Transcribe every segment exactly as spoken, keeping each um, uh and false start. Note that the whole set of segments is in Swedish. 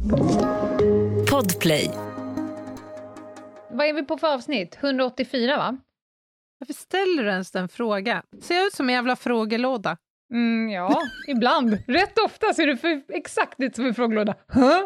Podplay. Vad är vi på för avsnitt? hundraåttiofyra, va? Varför ställer du ens den frågan? Ser jag ut som en jävla frågelåda? Mm, ja, ibland. Rätt ofta ser du för exakt ut som en frågelåda. Huh?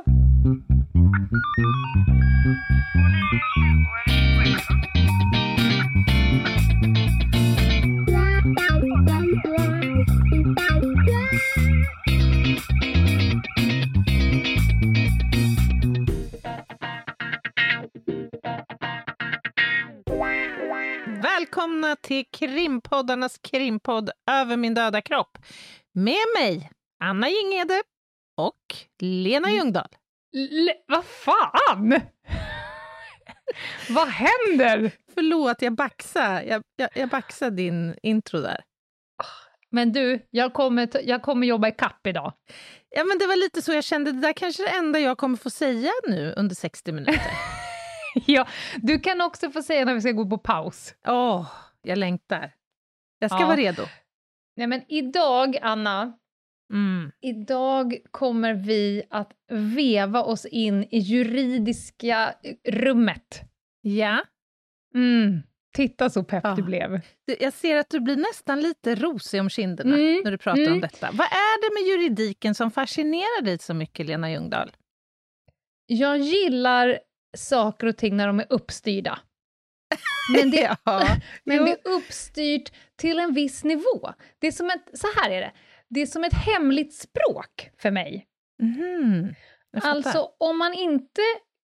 Välkomna till krimpoddarnas krimpodd Över min döda kropp. Med mig, Anna Jinghede och Lena Ljungdahl. L- vad fan? Vad händer? Förlåt, jag baxar. Jag, jag, jag baxar din intro där. Men du, jag kommer, t- jag kommer jobba i kapp idag. Ja, men det var lite så jag kände. Det där kanske är det enda jag kommer få säga nu under sextio minuter. Ja, du kan också få säga när vi ska gå på paus. Åh, oh, jag längtar. Jag ska Ja. vara redo. Nej, men idag, Anna, Mm. idag kommer vi att veva oss in i juridiska rummet. Ja. Mm. Titta så pepp Ja. du blev. Du, jag ser att du blir nästan lite rosig om kinderna Mm, när du pratar mm. om detta. Vad är det med juridiken som fascinerar dig så mycket, Lena Ljungdahl? Jag gillar saker och ting när de är uppstyrda. Men det, Ja, men jo. det är uppstyrt till en viss nivå. Det är som ett, så här är det. Det är som ett hemligt språk för mig. Mhm, jag fattar. Alltså, om man inte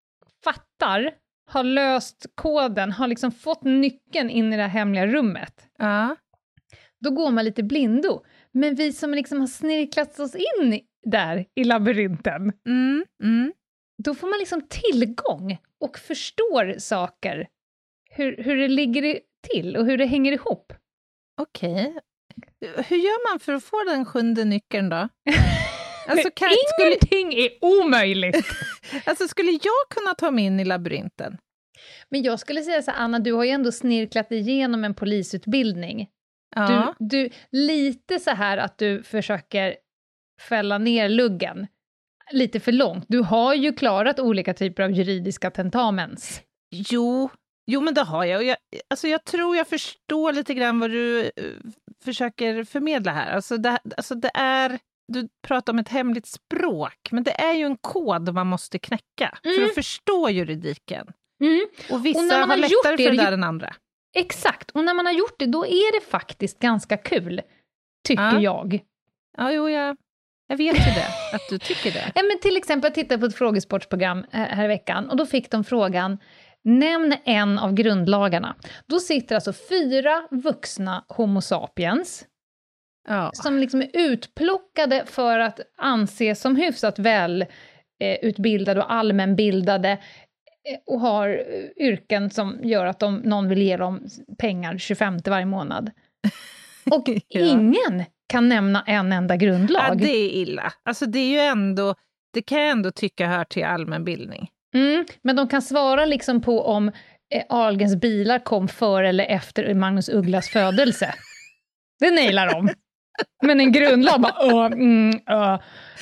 fattar, har löst koden, har liksom fått nyckeln in i det här hemliga rummet, Ja. då går man lite blindo. Men vi som liksom har snirklat oss in där i labyrinten, Mm, mm. då får man liksom tillgång och förstår saker. Hur, hur det ligger i- till och hur det hänger ihop. Okej. Hur gör man för att få den sjunde nyckeln då? Alltså, Men kan, skulle, ingenting är omöjligt. alltså skulle jag kunna ta mig in i labyrinten? Men jag skulle säga så här, Anna, du har ju ändå snirklat igenom en polisutbildning. Ja. Du, du, lite så här att du försöker fälla ner luggen lite för långt. Du har ju klarat olika typer av juridiska tentamens. Jo, jo, men det har jag. Och jag, alltså jag tror jag förstår lite grann vad du uh, försöker förmedla här. Alltså det, alltså det är, du pratar om ett hemligt språk, men det är ju en kod man måste knäcka för Mm. att förstå juridiken. Mm. Och vissa Och när man har har gjort lättare det, för det det- där än andra. Exakt, och när man har gjort det, då är det faktiskt ganska kul, tycker Ja. jag. Ja, jo, jag, jag vet ju det, att du tycker det. Ja, men till exempel, jag tittade på ett frågesportsprogram här, här i veckan, och då fick de frågan, nämn en av grundlagarna. Då sitter alltså fyra vuxna homo sapiens, Ja. som liksom är utplockade för att anses som hyfsat väl eh, utbildade och allmänbildade, eh, och har eh, yrken som gör att de, någon vill ge dem pengar tjugofemte varje månad. Och Ja. ingen kan nämna en enda grundlag. Ja, det är illa. Alltså det är ju ändå, det kan jag ändå tycka hör till allmänbildning. Mm, men de kan svara liksom på om eh, Ahlgrens bilar kom före eller efter Magnus Ugglas födelse. Det nailar de. Men en grundlag bara, ö, mm, ö.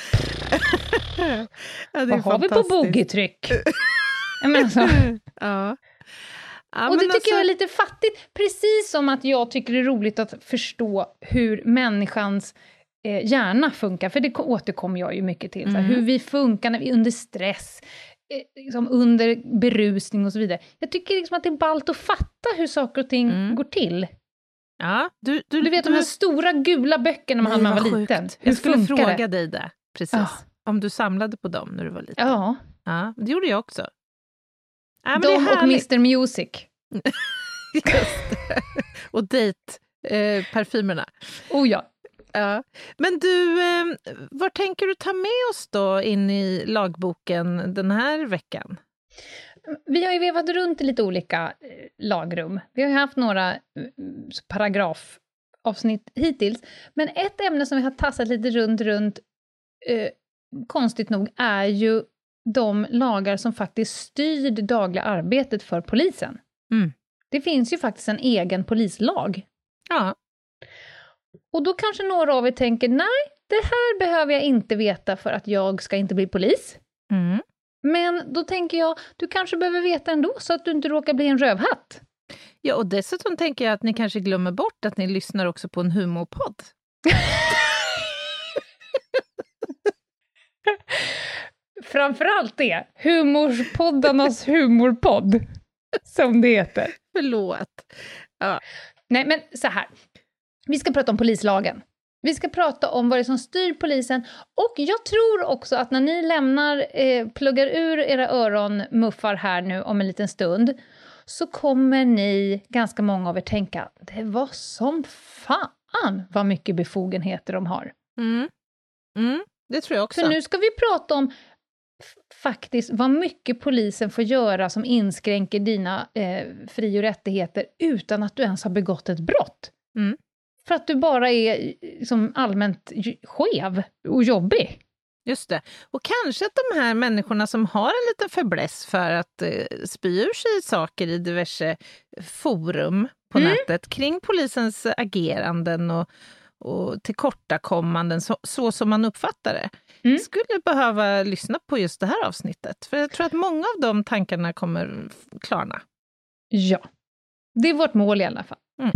Ja, det är Vad har vi på fantastiskt. boggietryck? Ja, men alltså. Ja. Ja, Och det men tycker jag är alltså- lite fattigt, precis som att jag tycker det är roligt att förstå hur människans eh, hjärna funkar, för det ko- återkommer jag ju mycket till, så här, Mm. hur vi funkar när vi är under stress, eh, liksom under berusning och så vidare. Jag tycker liksom att det är ballt att fatta hur saker och ting Mm. går till. Ja, du, du, Du vet de här stora gula böckerna man hade när man var liten. Hur Jag skulle funkar fråga det? dig det, precis. Ja. Om du samlade på dem när du var liten. Ja, Ja, det gjorde jag också. Ja, men det är de och härligt. mister Music. Just det. Och date, eh, parfymerna. Oh ja. Ja. Men du, eh, vad tänker du ta med oss då in i lagboken den här veckan? Vi har ju vevat runt i lite olika eh, lagrum. Vi har ju haft några eh, paragrafavsnitt hittills. Men ett ämne som vi har tassat lite runt, runt eh, konstigt nog, är ju de lagar som faktiskt styr det dagliga arbetet för polisen. Mm. Det finns ju faktiskt en egen polislag. Ja. Och då kanske några av er tänker, nej, det här behöver jag inte veta för att jag ska inte bli polis. Mm. Men då tänker jag, du kanske behöver veta ändå så att du inte råkar bli en rövhatt. Ja, och dessutom tänker jag att ni kanske glömmer bort att ni lyssnar också på en humorpodd. Framförallt det, humorspoddarnas humorpodd, som det heter. Förlåt. Ja. Nej, men så här. Vi ska prata om polislagen. Vi ska prata om vad det är som styr polisen. Och jag tror också att när ni lämnar, eh, pluggar ur era öronmuffar här nu om en liten stund, så kommer ni, ganska många av er, tänka, det var som fan vad mycket befogenheter de har. Mm. Mm, det tror jag också. För nu ska vi prata om f- faktiskt vad mycket polisen får göra som inskränker dina eh, fri- och rättigheter utan att du ens har begått ett brott. Mm. För att du bara är som allmänt skev och jobbig. Just det. Och kanske att de här människorna som har en liten fäbless för att eh, spy ur sig saker i diverse forum på Mm. nätet kring polisens ageranden och, och tillkortakommanden så, så som man uppfattar det, Mm. skulle behöva lyssna på just det här avsnittet. För jag tror att många av de tankarna kommer f- klarna. Ja, det är vårt mål i alla fall. Mm.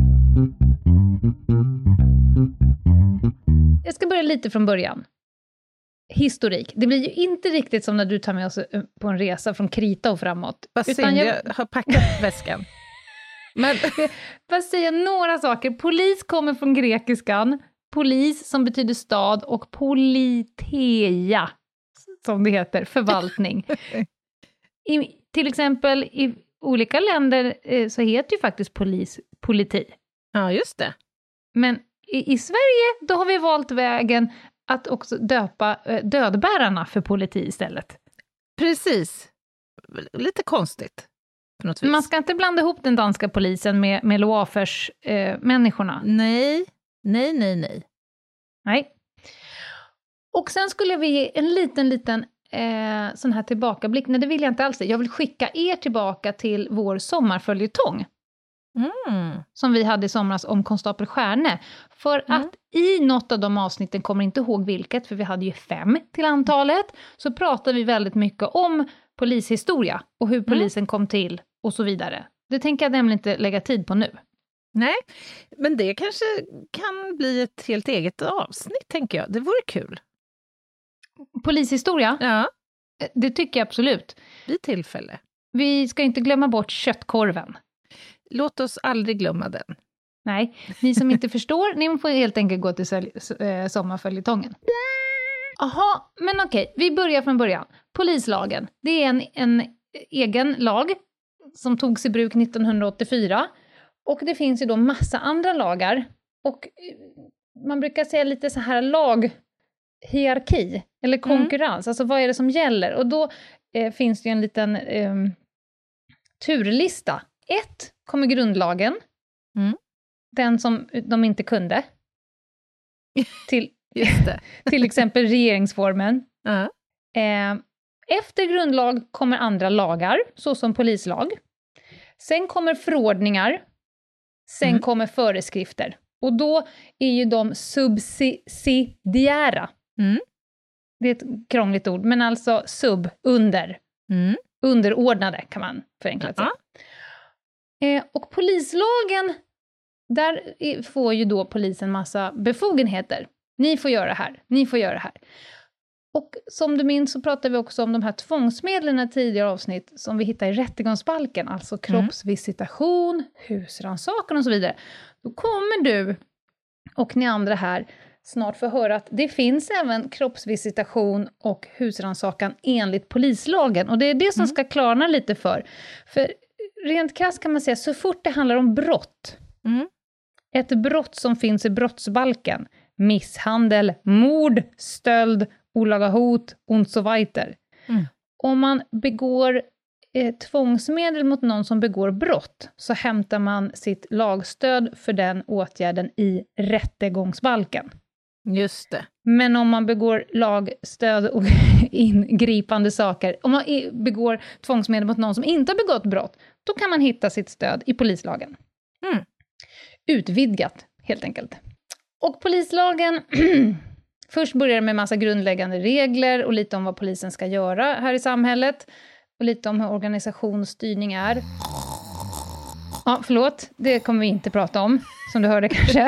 Jag ska börja lite från början. Historik. Det blir ju inte riktigt som när du tar med oss på en resa från Krita och framåt. Vad Utan synd, jag jag har packat väskan. Men bara säga några saker. Polis kommer från grekiskan. Polis som betyder stad och politeia, som det heter, förvaltning. I, till exempel i olika länder eh, så heter ju faktiskt polis politi. ja, just det. Men i, i Sverige då har vi valt vägen att också döpa eh, dödbärarna för politi istället. Precis. Lite konstigt. På något vis. Man ska inte blanda ihop den danska polisen med, med Loafers eh, människorna. Nej, nej, nej, nej. Nej. Och sen skulle vi ge en liten, liten eh, sån här tillbakablick. Nej, det vill jag inte alls. Jag vill skicka er tillbaka till vår sommarföljetong. Mm. Som vi hade i somras om konstapel Stjärne. För Mm. att i något av de avsnitten, kommer inte ihåg vilket, för vi hade ju fem till antalet, så pratade vi väldigt mycket om polishistoria och hur polisen mm. kom till och så vidare. Det tänker jag nämligen inte lägga tid på nu. Nej, men det kanske kan bli ett helt eget avsnitt, tänker jag. Det vore kul. Polishistoria? Ja. Det tycker jag absolut. Vid tillfälle. Vi ska inte glömma bort köttkorven. Låt oss aldrig glömma den. Nej, ni som inte förstår, ni får helt enkelt gå till sälj- äh, sommarföljetongen. Jaha, men okej, vi börjar från början. Polislagen, det är en, en egen lag som togs i bruk nittonhundraåttiofyra. Och det finns ju då massa andra lagar. Och man brukar säga lite så här laghierarki, eller konkurrens. Mm. Alltså vad är det som gäller? Och då eh, finns det ju en liten eh, turlista. Ett kommer grundlagen. Mm. Den som de inte kunde. Till, Just det. till exempel regeringsformen. Uh-huh. Eh, efter grundlag kommer andra lagar, såsom polislag. Sen kommer förordningar. Sen mm. kommer föreskrifter. Och då är ju de subsidiära. Mm. Det är ett krångligt ord, men alltså sub, under. Mm. Underordnade kan man förenklat säga. Uh-huh. Eh, och polislagen, där får ju då polisen massa befogenheter. Ni får göra det här, ni får göra det här. Och som du minns så pratade vi också om de här tvångsmedlen i tidigare avsnitt som vi hittar i rättegångsbalken, alltså kroppsvisitation, mm. husrannsakan och så vidare. Då kommer du och ni andra här snart få höra att det finns även kroppsvisitation och husrannsakan enligt polislagen. Och det är det som mm. ska klarna lite för. För rent krasst kan man säga, så fort det handlar om brott, mm. ett brott som finns i brottsbalken, misshandel, mord, stöld, olaga hot och så vidare. Mm. Om man begår eh, tvångsmedel mot någon som begår brott, så hämtar man sitt lagstöd för den åtgärden i rättegångsbalken. Just det. Men om man begår lagstöd och ingripande saker, om man begår tvångsmedel mot någon som inte har begått brott, då kan man hitta sitt stöd i polislagen. Mm. Utvidgat, helt enkelt. Och polislagen, Först börjar det med massa grundläggande regler och lite om vad polisen ska göra här i samhället. Och lite om hur organisationsstyrning är. Ja, förlåt. Det kommer vi inte prata om, som du hörde kanske.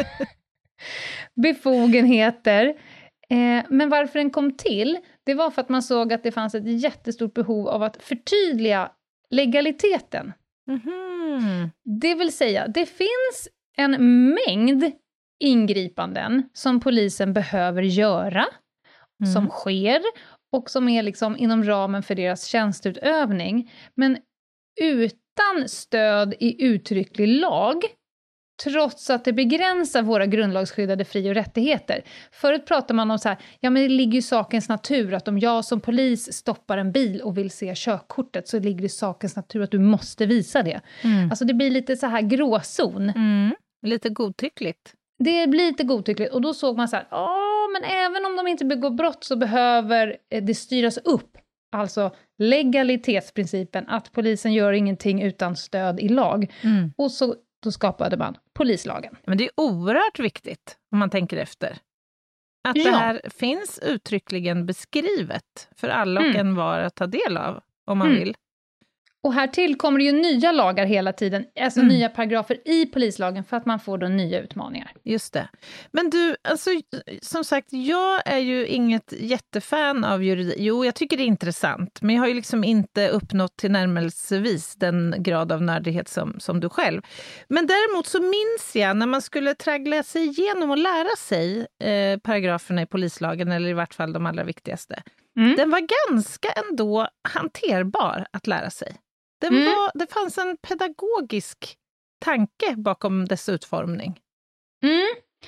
Befogenheter. Eh, men varför den kom till, det var för att man såg att det fanns ett jättestort behov av att förtydliga legaliteten. Mm-hmm. Det vill säga, det finns en mängd ingripanden som polisen behöver göra, mm. som sker och som är liksom inom ramen för deras tjänstutövning. Men utan stöd i uttrycklig lag, trots att det begränsar våra grundlagsskyddade fri- och rättigheter. Förut pratar man om så här, ja men det ligger ju i sakens natur att om jag som polis stoppar en bil och vill se körkortet så ligger det i sakens natur att du måste visa det. Mm. Alltså det blir lite så här gråzon. Mm. Lite godtyckligt. Det blir lite godtyckligt och då såg man så här, ja men även om de inte begår brott så behöver det styras upp. Alltså legalitetsprincipen, att polisen gör ingenting utan stöd i lag. Mm. Och så då skapade man polislagen. Men det är oerhört viktigt om man tänker efter. Att ja. Det här finns uttryckligen beskrivet för alla och mm. en var att ta del av om man mm. vill. Och här till kommer det ju nya lagar hela tiden, alltså mm. nya paragrafer i polislagen för att man får då nya utmaningar. Just det. Men du, alltså, som sagt, jag är ju inget jättefan av juridik. Jo, jag tycker det är intressant, men jag har ju liksom inte uppnått till närmelsevis den grad av nördighet som, som du själv. Men däremot så minns jag när man skulle traggla sig igenom och lära sig eh, paragraferna i polislagen, eller i vart fall de allra viktigaste. Mm. Den var ganska ändå hanterbar att lära sig. Den mm. var, det fanns en pedagogisk tanke bakom dess utformning. Mm.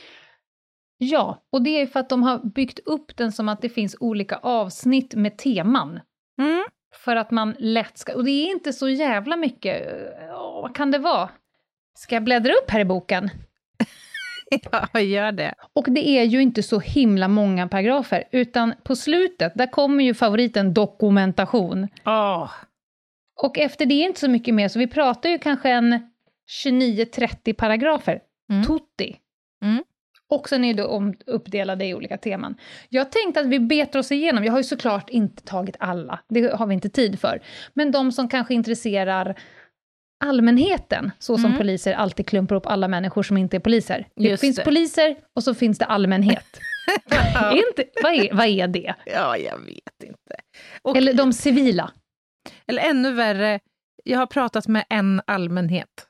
Ja, och det är för att de har byggt upp den som att det finns olika avsnitt med teman. Mm. För att man lätt ska... Och det är inte så jävla mycket... Åh, vad kan det vara? Ska jag bläddra upp här i boken? Ja, gör det. Och det är ju inte så himla många paragrafer. Utan på slutet, där kommer ju favoriten dokumentation. Åh... Oh. Och efter det är inte så mycket mer, så vi pratar ju kanske en tjugonio trettio paragrafer. Mm. Tutti. Mm. Och sen är det uppdelade i olika teman. Jag tänkte att vi betar oss igenom, jag har ju såklart inte tagit alla, det har vi inte tid för. Men de som kanske intresserar allmänheten, så som mm. poliser alltid klumpar upp alla människor som inte är poliser. Det Just finns det. Poliser och så finns det allmänhet. är inte, vad, är, vad är det? Ja, jag vet inte. Och... Eller de civila. Eller ännu värre, jag har pratat med en allmänhet.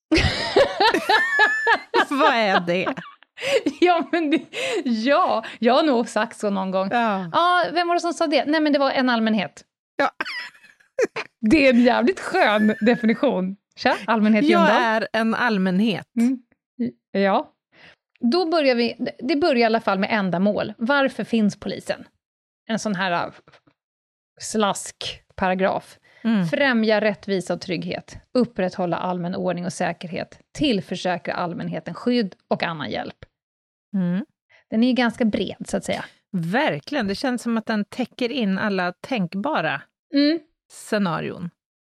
Vad är det? Ja, men det, ja, jag har nog sagt så någon gång. Ja. Ah, vem var det som sa det? Nej, men det var en allmänhet. Ja. Det är en jävligt skön definition. Tja, allmänhet Jag Ljungdahl. är en allmänhet. Mm. Ja. Då börjar vi, det börjar i alla fall med ändamål. Varför finns polisen? En sån här slaskparagraf. Mm. Främja rättvisa och trygghet. Upprätthålla allmän ordning och säkerhet. Tillförsäkra allmänheten skydd och annan hjälp. Mm. Den är ju ganska bred, så att säga. Verkligen, det känns som att den täcker in alla tänkbara mm. scenarion.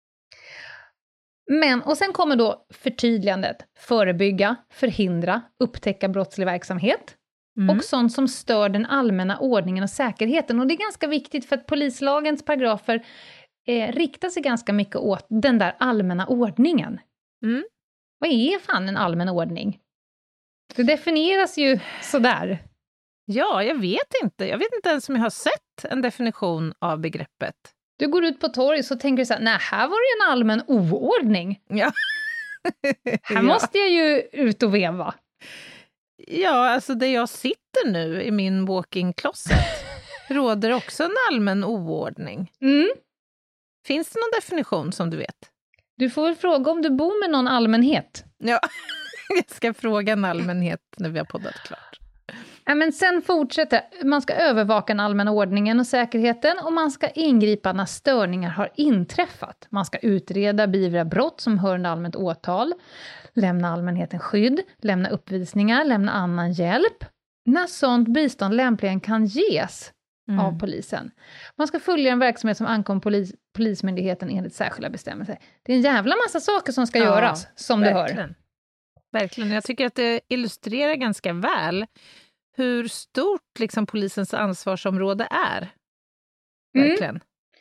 Men, och sen kommer då förtydligandet. Förebygga, förhindra, upptäcka brottslig verksamhet. Mm. Och sånt som stör den allmänna ordningen och säkerheten. Och det är ganska viktigt för att polislagens paragrafer eh, riktar sig ganska mycket åt den där allmänna ordningen. Mm. Vad är fan en allmän ordning? Det definieras ju sådär. Ja, jag vet inte. Jag vet inte ens om jag har sett en definition av begreppet. Du går ut på torg så tänker du så här, nej, här var det en allmän oordning. Ja. Här ja. Måste jag ju ut och veva. Ja, alltså där jag sitter nu i min walk-in closet råder också en allmän oordning. Mm. Finns det någon definition som du vet? Du får väl fråga om du bor med någon allmänhet. Ja, jag ska fråga en allmänhet när vi har poddat klart. Ja, men sen fortsätter. Man ska övervaka den allmänna ordningen och säkerheten och man ska ingripa när störningar har inträffat. Man ska utreda, beivra brott som hör under allmänt åtal, lämna allmänheten skydd, lämna uppvisningar, lämna annan hjälp. När sånt bistånd lämpligen kan ges mm. av polisen. Man ska följa en verksamhet som ankom polis, polismyndigheten enligt särskilda bestämmelser. Det är en jävla massa saker som ska ja, göras, som verkligen. Du hör. Verkligen, jag tycker att det illustrerar ganska väl hur stort liksom polisens ansvarsområde är. Verkligen.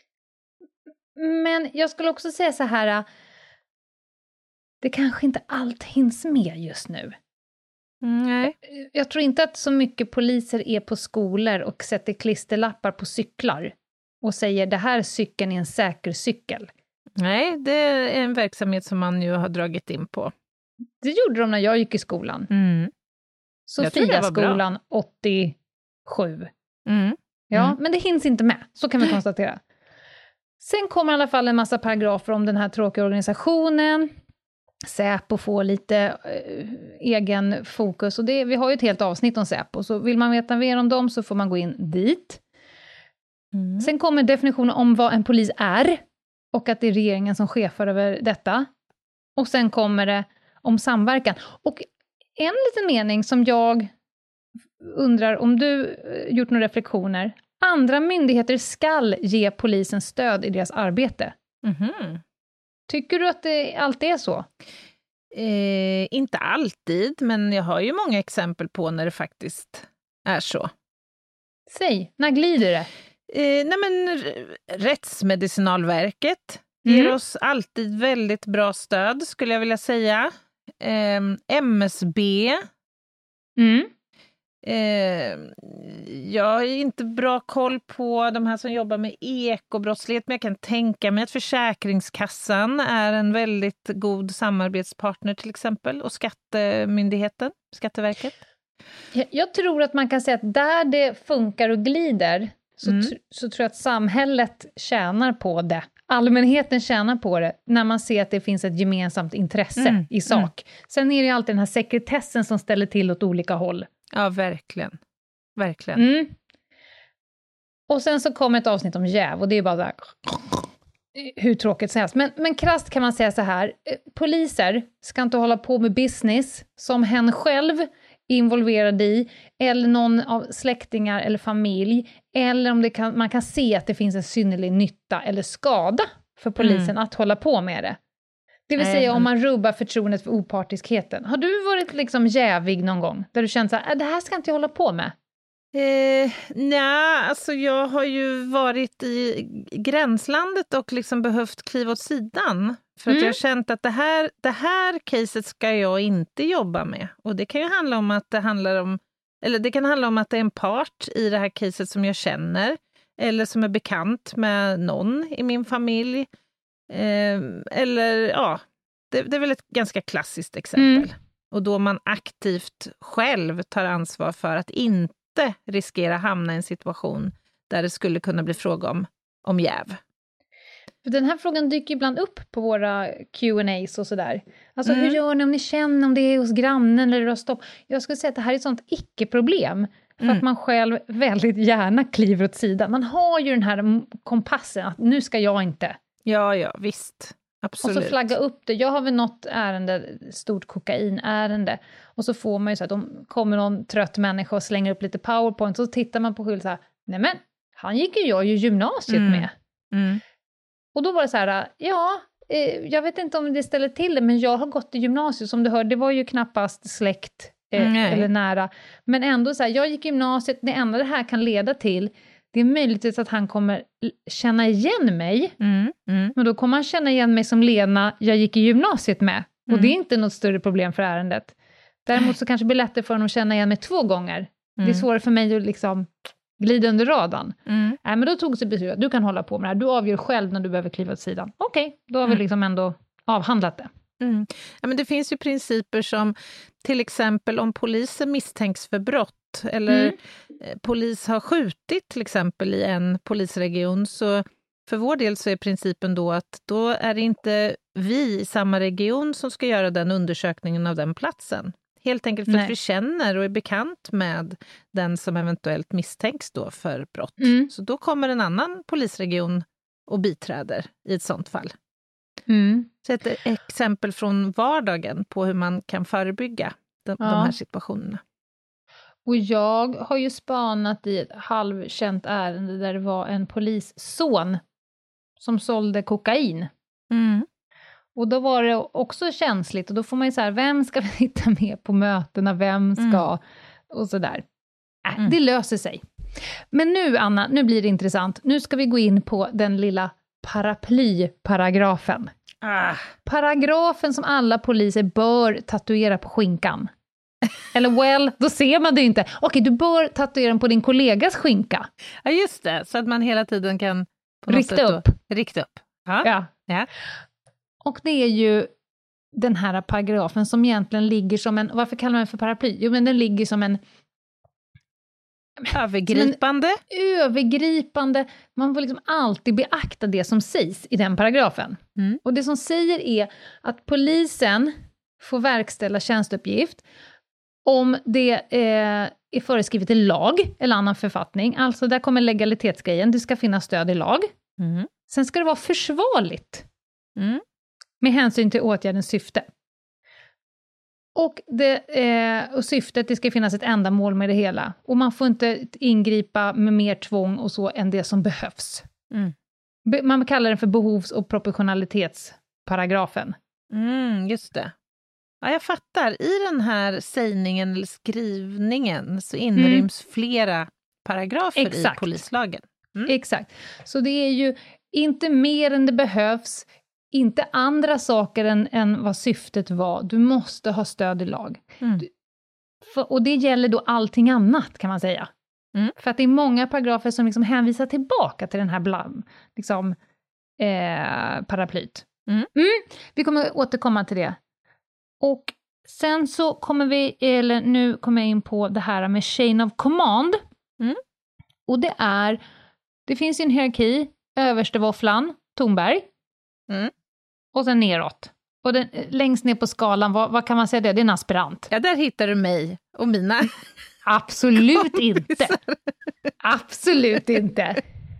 Mm. Men jag skulle också säga så här, det kanske inte allt hinns med just nu. Nej. Jag tror inte att så mycket poliser är på skolor och sätter klisterlappar på cyklar och säger det här cykeln är en säker cykel. Nej, det är en verksamhet som man ju har dragit in på. Det gjorde de när jag gick i skolan. Mm. Sofia-skolan åttiosju. Mm. Ja, Mm. men det hinns inte med, så kan vi konstatera. Sen kommer i alla fall en massa paragrafer om den här tråkiga organisationen. Säpo får lite äh, egen fokus. Och det, vi har ju ett helt avsnitt om Säpo, så vill man veta mer om dem så får man gå in dit. Mm. Sen kommer definitionen om vad en polis är, och att det är regeringen som chefar över detta. Och sen kommer det om samverkan. Och en liten mening som jag undrar om du gjort några reflektioner. Andra myndigheter skall ge polisen stöd i deras arbete. Mm-hmm. Tycker du att det alltid är så? Eh, inte alltid, men jag har ju många exempel på när det faktiskt är så. Säg, när glider det? Eh, nej men, Rättsmedicinalverket Mm. ger oss alltid väldigt bra stöd, skulle jag vilja säga. Eh, M S B. Mm. Eh, jag har inte bra koll på de här som jobbar med ekobrottslighet, men jag kan tänka mig att Försäkringskassan är en väldigt god samarbetspartner till exempel, och Skattemyndigheten, Skatteverket. Jag, jag tror att man kan säga att där det funkar och glider så, Mm. tr- så tror jag att samhället tjänar på det. Allmänheten tjänar på det när man ser att det finns ett gemensamt intresse Mm. i sak. Mm. Sen är det ju alltid den här sekretessen som ställer till åt olika håll. Ja, verkligen. Verkligen. Mm. Och sen så kommer ett avsnitt om jäv, och det är bara så här, hur tråkigt som helst. Men, men krasst kan man säga så här, eh, poliser ska inte hålla på med business som hen själv är involverad i, eller någon av släktingar eller familj, eller om det kan, man kan se att det finns en synnerlig nytta eller skada för polisen mm. att hålla på med det. Det vill säga om man rubbar förtroendet för opartiskheten. Har du varit liksom jävig någon gång? Där du känt så här, det här ska inte jag hålla på med? Eh, nej, alltså jag har ju varit i gränslandet och liksom behövt kliva åt sidan. För att mm. jag har känt att det här, det här caset ska jag inte jobba med. Och det kan ju handla om att det handlar om, eller det kan handla om att det är en part i det här caset som jag känner. Eller som är bekant med någon i min familj. Eh, eller ja, det, det är väl ett ganska klassiskt exempel. Mm. Och då man aktivt själv tar ansvar för att inte riskera hamna i en situation där det skulle kunna bli fråga om, om jäv. Den här frågan dyker ibland upp på våra Q and A's och sådär. Alltså Mm. hur gör ni om ni känner om det är hos grannen eller röst upp? Jag skulle säga att det här är ett sånt icke-problem. För mm. att man själv väldigt gärna kliver åt sidan. Man har ju den här kompassen att nu ska jag inte. Ja, ja, visst. Absolut. Och så flagga upp det. Jag har väl något ärende, stort kokainärende. Och så får man ju så att de kommer någon trött människa och slänger upp lite powerpoint. Så tittar man på skylt så här, nej men, han gick ju jag i gymnasiet mm. med. Mm. Och då var det så här, ja, eh, jag vet inte om det ställer till det, men jag har gått i gymnasiet, som du hör, det var ju knappast släkt eh, eller nära. Men ändå så här, jag gick i gymnasiet, det enda det här kan leda till, det är möjligtvis att han kommer känna igen mig. Mm, mm. Men då kommer han känna igen mig som Lena jag gick i gymnasiet med. Och Mm. det är inte något större problem för ärendet. Däremot så kanske det blir lättare för honom att känna igen mig två gånger. Mm. Det är svårare för mig att liksom glida under radarn. Mm. Nej, men då tog sig beslutet, du kan hålla på med det här. Du avgör själv när du behöver kliva åt sidan. Okej, okay, då har mm. vi liksom ändå avhandlat det. Mm. Ja, men det finns ju principer som till exempel om polisen misstänks för brott eller mm. polis har skjutit till exempel i en polisregion, så för vår del så är principen då att då är det inte vi i samma region som ska göra den undersökningen av den platsen. Helt enkelt för Nej. Att vi känner och är bekant med den som eventuellt misstänks då för brott. Mm. Så då kommer en annan polisregion och biträder i ett sånt fall. Mm. Så ett exempel från vardagen på hur man kan förebygga de, ja. de här situationerna. Och jag har ju spanat i ett halvkänt ärende där det var en polisson som sålde kokain. Mm. Och då var det också känsligt, och då får man ju så här, vem ska vi hitta med på mötena, vem ska, mm. och sådär. Äh, mm. Det löser sig. Men nu, Anna, nu blir det intressant. Nu ska vi gå in på den lilla paraplyparagrafen. Ah. Paragrafen som alla poliser bör tatuera på skinkan. Eller well, då ser man det inte. Okej, du bör tatuera den på din kollegas skinka. Ja, just det. Så att man hela tiden kan på något rikta sätt upp. Då, rikta upp. Ja. Ja. ja. Och det är ju den här paragrafen som egentligen ligger som en... Varför kallar man den för paraply? Jo, men den ligger som en... Övergripande. Som en övergripande. Man får liksom alltid beakta det som sägs i den paragrafen. Mm. Och det som säger är att polisen får verkställa tjänsteuppgift om det eh, är föreskrivet i lag eller annan författning. Alltså där kommer legalitetsgrejen. Det ska finnas stöd i lag. Mm. Sen ska det vara försvarligt. Mm. Med hänsyn till åtgärdens syfte. Och, det, eh, och syftet, det ska finnas ett ändamål med det hela. Och man får inte ingripa med mer tvång och så än det som behövs. Mm. Be- man kallar den för behovs- och proportionalitetsparagrafen. Mm, just det. Ja, jag fattar. I den här sägningen eller skrivningen så inryms mm. flera paragrafer Exakt. i polislagen. Mm. Exakt. Så det är ju inte mer än det behövs. Inte andra saker än, än vad syftet var. Du måste ha stöd i lag. Mm. Du, för, och det gäller då allting annat, kan man säga. Mm. För att det är många paragrafer som liksom hänvisar tillbaka till den här blam, liksom, eh, paraplyt. Mm. Mm, vi kommer återkomma till det. Och sen så kommer vi, eller nu kommer jag in på det här med chain of command. Mm. Och det är, det finns en hierarki, överste våfflan, Thornberg. Mm. Och sen neråt. Och den, längst ner på skalan, vad, vad kan man säga det? Det är en aspirant. Ja, där hittar du mig och mina. Absolut inte. Absolut inte.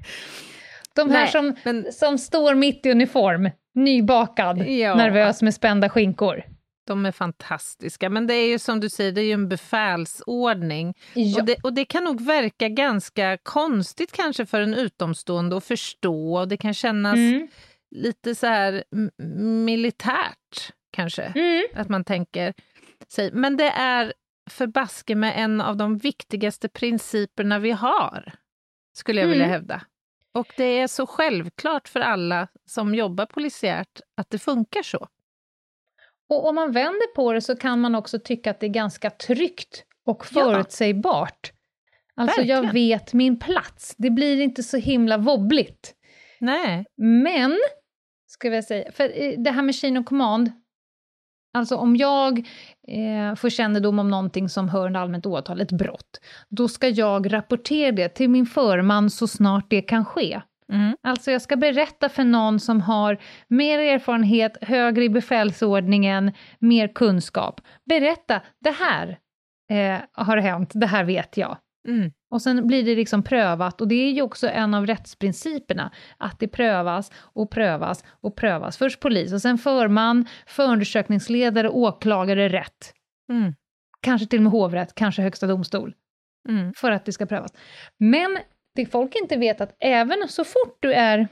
De här Nej, som, men... som står mitt i uniform, nybakad, ja. nervös med spända skinkor. De är fantastiska, men det är ju som du säger, det är ju en befälsordning. Ja. Och, det, och det kan nog verka ganska konstigt kanske för en utomstående att förstå. Och det kan kännas Mm. lite så här m- militärt kanske. Mm. Att man tänker sig. Men det är förbaske med en av de viktigaste principerna vi har, skulle jag vilja Mm. hävda. Och det är så självklart för alla som jobbar polisiärt att det funkar så. Och om man vänder på det så kan man också tycka att det är ganska tryggt och förutsägbart. Ja. Alltså Verkligen. Jag vet min plats. Det blir inte så himla wobbligt. Nej. Men, ska jag säga, för det här med chain of command, alltså om jag eh, får kännedom om någonting som hör under allmänt åtal, ett brott, då ska jag rapportera det till min förman så snart det kan ske. Mm. Alltså jag ska berätta för någon som har mer erfarenhet, högre i befälsordningen, mer kunskap. Berätta, det här eh, har hänt, det här vet jag. Mm. Och sen blir det liksom prövat, och det är ju också en av rättsprinciperna, att det prövas och prövas och prövas. Först polis och sen förman, förundersökningsledare, åklagare, rätt. Mm. Kanske till och med hovrätt, kanske högsta domstol. Mm. För att det ska prövas. Men det folk inte vet att även så fort du är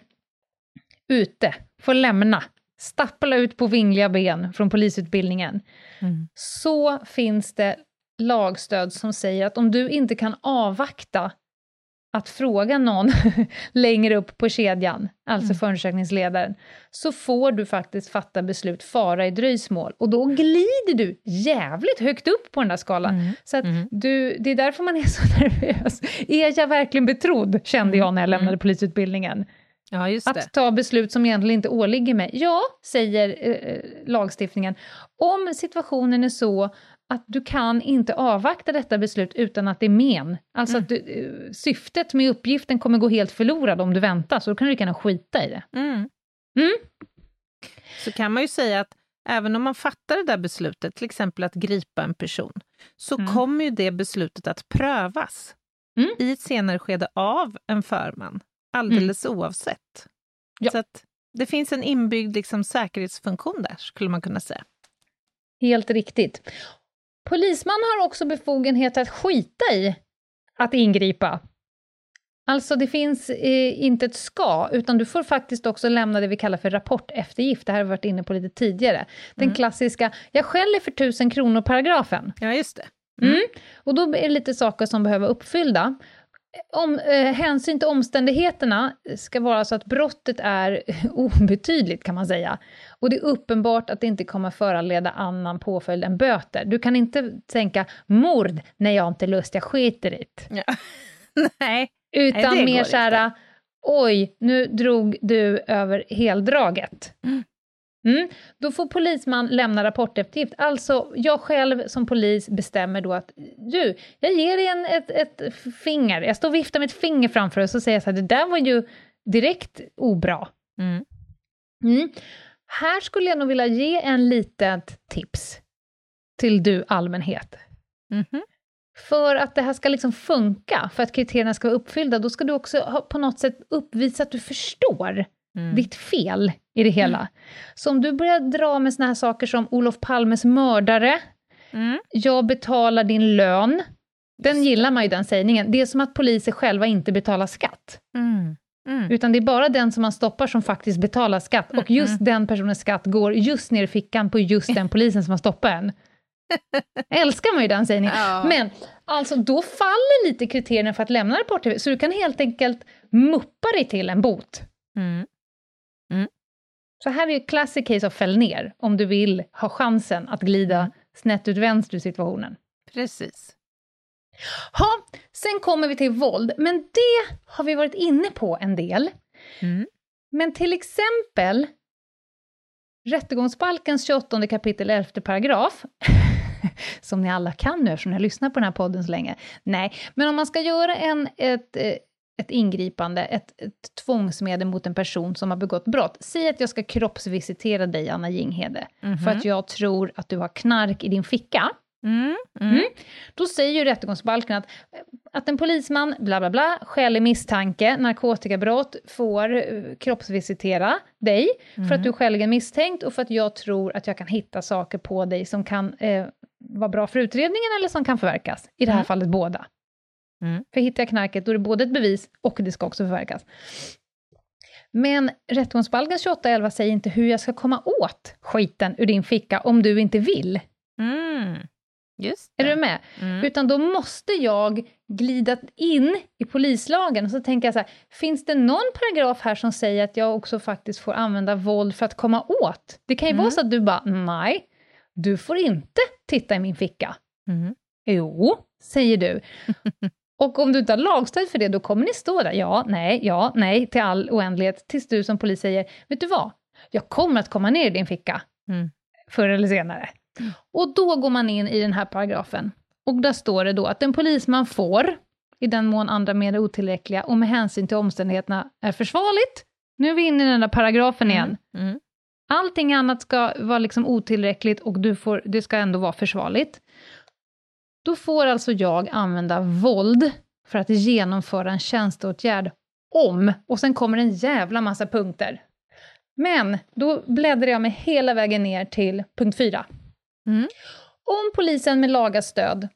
ute, får lämna, stappla ut på vingliga ben från polisutbildningen, Mm. så finns det lagstöd som säger att om du inte kan avvakta att fråga någon längre upp på kedjan, alltså Mm. förundersökningsledaren, så får du faktiskt fatta beslut fara i dröjsmål. Och då glider du jävligt högt upp på den där skalan. Mm. Så att Mm. du, det är därför man är så nervös. Är jag verkligen betrodd, kände jag när jag lämnade Mm. polisutbildningen. Ja, just det. Att ta beslut som egentligen inte åligger mig. Ja, säger eh, lagstiftningen. Om situationen är så att du kan inte avvakta detta beslut utan att det är men. Alltså Mm. att du, eh, syftet med uppgiften kommer gå helt förlorad om du väntar, så då kan du gärna skita i det. Mm. Mm. Så kan man ju säga att även om man fattar det där beslutet, till exempel att gripa en person, så Mm. kommer ju det beslutet att prövas Mm. i ett senare skede av en förman, alldeles oavsett. Ja. Så att det finns en inbyggd liksom, säkerhetsfunktion där, skulle man kunna säga. Helt riktigt. Polisman har också befogenhet att skita i att ingripa. Alltså det finns eh, inte ett ska, utan du får faktiskt också lämna det vi kallar för rapporteftergift. Det här har vi varit inne på lite tidigare. Den Mm. klassiska, jag skäller för tusen kronor paragrafen. Ja, just det. Mm. Och då är det lite saker som behöver uppfyllda. Om, eh, hänsyn till omständigheterna ska vara så att brottet är obetydligt, kan man säga. Och det är uppenbart att det inte kommer föranleda annan påföljd än böter. Du kan inte tänka mord när jag inte lust, jag skiter i det. Ja. Nej. Utan Nej, mer så här, oj, nu drog du över heldraget. Mm. Mm. Då får polisman lämna rapporteftergift. Alltså, jag själv som polis bestämmer då att du, jag ger dig en, ett, ett finger. Jag står och viftar med ett finger framför oss och säger så här, det där var ju direkt obra. Mm. Mm. Här skulle jag nog vilja ge en litet tips till du allmänhet. Mm-hmm. För att det här ska liksom funka, för att kriterierna ska vara uppfyllda, då ska du också ha, på något sätt uppvisa att du förstår mm. ditt fel i det hela. Mm. Så om du börjar dra med såna här saker som Olof Palmes mördare, mm. jag betalar din lön, den gillar man ju, den sägningen. Det är som att poliser själva inte betalar skatt. Mm. Mm. Utan det är bara den som man stoppar som faktiskt betalar skatt. Och just mm. den personens skatt går just ner i fickan på just den polisen som har stoppat en. Älskar man ju den sägningen. Ja. Men alltså då faller lite kriterierna för att lämna rapport. Så du kan helt enkelt muppa dig till en bot. Mm. Mm. Så här är ju classic case av fäll ner. Om du vill ha chansen att glida mm. snett ut vänster ur situationen. Precis. Ja, sen kommer vi till våld. Men det har vi varit inne på en del. Mm. Men till exempel Rättegångsbalkens tjugoåttonde kapitel elfte paragraf, som ni alla kan nu eftersom ni har lyssnat på den här podden så länge. Nej, men om man ska göra en, ett, ett ingripande, ett, ett tvångsmedel mot en person som har begått brott. Säg att jag ska kroppsvisitera dig, Anna Jinghede, mm-hmm. för att jag tror att du har knark i din ficka. Mm, mm. Mm. Då säger ju rättegångsbalken att, att en polisman, bla bla bla, skälig misstanke, narkotikabrott, får uh, kroppsvisitera dig mm. för att du är skäligen misstänkt och för att jag tror att jag kan hitta saker på dig som kan uh, vara bra för utredningen eller som kan förverkas. I det här mm. fallet båda. Mm. För hittar jag knarket då är det både ett bevis och det ska också förverkas. Men rättegångsbalkens tjugoåtta elva säger inte hur jag ska komma åt skiten ur din ficka om du inte vill. Mm. Just det. Är du med? Mm. Utan då måste jag glida in i polislagen och så tänker jag så här, finns det någon paragraf här som säger att jag också faktiskt får använda våld för att komma åt? Det kan ju mm. vara så att du bara, nej, du får inte titta i min ficka. Mm. Jo, säger du. Och om du inte har lagstöd för det, då kommer ni stå där, ja, nej, ja, nej, till all oändlighet, tills du som polis säger, vet du vad? Jag kommer att komma ner i din ficka, mm. förr eller senare. Mm. Och då går man in i den här paragrafen. Och där står det då att en polisman får, i den mån andra medel är otillräckliga och med hänsyn till omständigheterna är försvarligt. Nu är vi inne i den där paragrafen mm. igen. Mm. Allting annat ska vara liksom otillräckligt och du får, det ska ändå vara försvarligt. Då får alltså jag använda våld för att genomföra en tjänsteåtgärd om, och sen kommer en jävla massa punkter. Men då bläddrar jag mig hela vägen ner till punkt fyra. Mm. Om polisen med laga stöd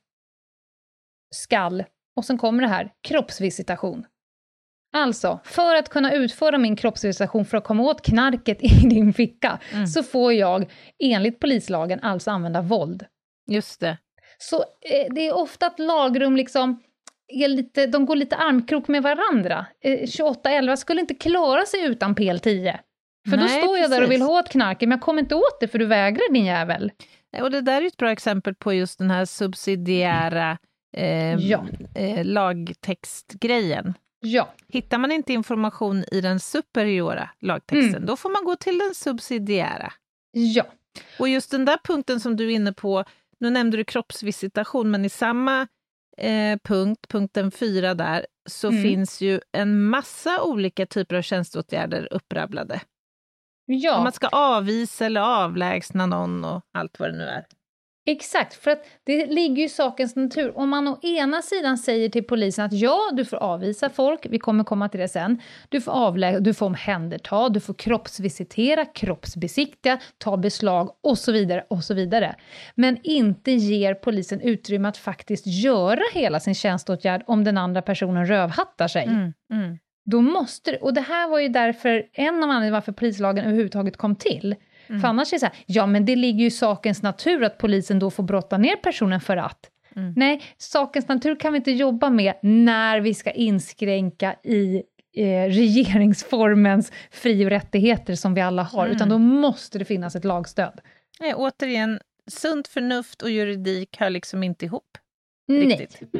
skall, och sen kommer det här, kroppsvisitation. Alltså, för att kunna utföra min kroppsvisitation för att komma åt knarket i din ficka mm. så får jag enligt polislagen alltså använda våld. Just det. Så eh, det är ofta att lagrum liksom är lite, de går lite armkrok med varandra. Eh, tjugoåtta elva skulle inte klara sig utan P L tio. För Nej, då står jag precis. där och vill ha ett knarket, men jag kommer inte åt det för du vägrar, din jävel. Och det där är ett bra exempel på just den här subsidiära eh, ja. eh, lagtextgrejen. Ja. Hittar man inte information i den superiora lagtexten, mm. då får man gå till den subsidiära. Ja. Och just den där punkten som du är inne på, nu nämnde du kroppsvisitation, men i samma eh, punkt, punkten fyra där, så mm. finns ju en massa olika typer av tjänsteåtgärder upprabblade. Ja. Om man ska avvisa eller avlägsna någon och allt vad det nu är. Exakt, för att det ligger ju i sakens natur. Om man å ena sidan säger till polisen att ja, du får avvisa folk, vi kommer komma till det sen. Du får avlägsna, du får omhänderta, du får kroppsvisitera, kroppsbesiktiga, ta beslag och så vidare och så vidare. Men inte ger polisen utrymme att faktiskt göra hela sin tjänsteåtgärd om den andra personen rövhattar sig. Mm, mm. Då måste, och det här var ju därför en av anledningarna varför polislagen överhuvudtaget kom till. Mm. För annars är det så här, ja men det ligger ju i sakens natur att polisen då får brotta ner personen för att. Mm. Nej, sakens natur kan vi inte jobba med när vi ska inskränka i eh, regeringsformens fri- och rättigheter som vi alla har, mm. utan då måste det finnas ett lagstöd. Nej, återigen, sunt förnuft och juridik hör liksom inte ihop. Nej. Riktigt.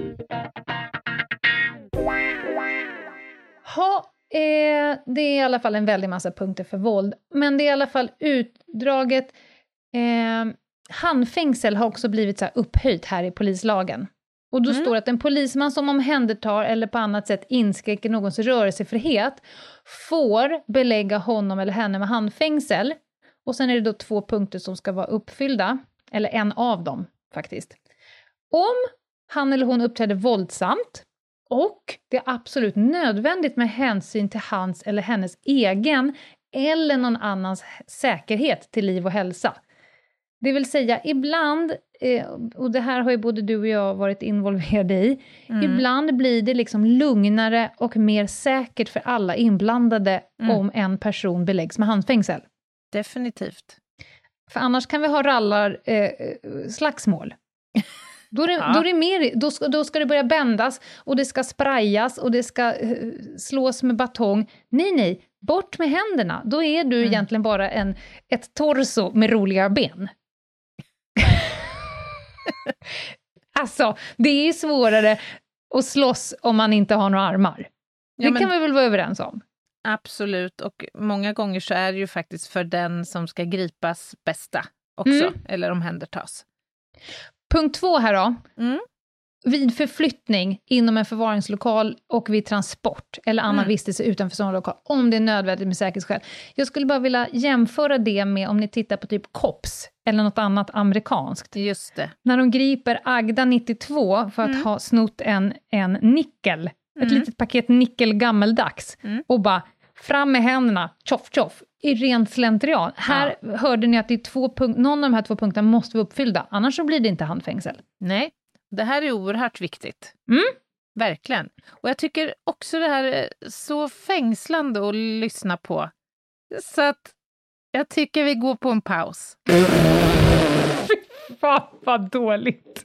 Ha, eh, det är i alla fall en väldig massa punkter för våld, men det är i alla fall utdraget. Eh, handfängsel har också blivit så här upphöjt här i polislagen. Och då mm. står det att en polisman som omhändertar eller på annat sätt inskränker någons rörelsefrihet får belägga honom eller henne med handfängsel. Och sen är det då två punkter som ska vara uppfyllda, eller en av dem faktiskt. Om han eller hon uppträder våldsamt och det är absolut nödvändigt med hänsyn till hans eller hennes egen eller någon annans säkerhet till liv och hälsa. Det vill säga ibland, och det här har ju både du och jag varit involverade i, mm. ibland blir det liksom lugnare och mer säkert för alla inblandade mm. om en person beläggs med handfängsel. Definitivt. För annars kan vi ha rallar eh, slagsmål. Då är det, ja. då är det mer, då ska, då ska det börja bändas och det ska sprayas och det ska eh, slås med batong. Nej, nej, bort med händerna. Då är du mm. egentligen bara en, ett torso med roliga ben. Alltså, det är svårare att slåss om man inte har några armar. Det ja, men, kan vi väl vara överens om? Absolut, och många gånger så är det ju faktiskt för den som ska gripas bästa också, mm. eller omhändertas. Punkt två här då. Mm. Vid förflyttning inom en förvaringslokal och vid transport eller annan mm. vistelse utanför sån lokal, om det är nödvändigt med säkerhetsskäl. Jag skulle bara vilja jämföra det med om ni tittar på typ Cops eller något annat amerikanskt. Just det. När de griper Agda nittiotvå för att mm. ha snott en, en nickel, mm. ett litet paket nickel gammeldags mm. och bara fram med händerna, tjoff tjoff, i ren slentrian. Ja. Här hörde ni att det är två punkt, någon av de här två punkterna måste vara uppfyllda, annars så blir det inte handfängsel. Nej. Det här är oerhört viktigt. Mm. Verkligen. Och jag tycker också det här är så fängslande att lyssna på. Så att jag tycker vi går på en paus. Fan vad dåligt.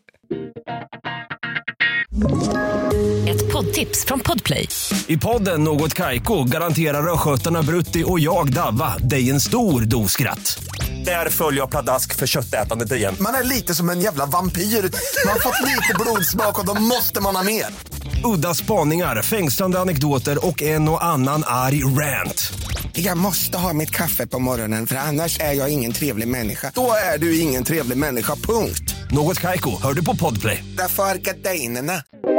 Ett poddtips från Podplay. I podden Något Kaiko garanterar röskötarna Brutti och jag Davva dig en stor doskratt. Där följer jag pladask för köttätandet igen. Man är lite som en jävla vampyr. Man har fått lite blodsmak och då måste man ha mer. Udda spaningar, fängslande anekdoter och en och annan arg rant. Jag måste ha mitt kaffe på morgonen för annars är jag ingen trevlig människa. Då är du ingen trevlig människa, punkt. Något Kaiko, hör du på Podplay. Därför är gardinerna.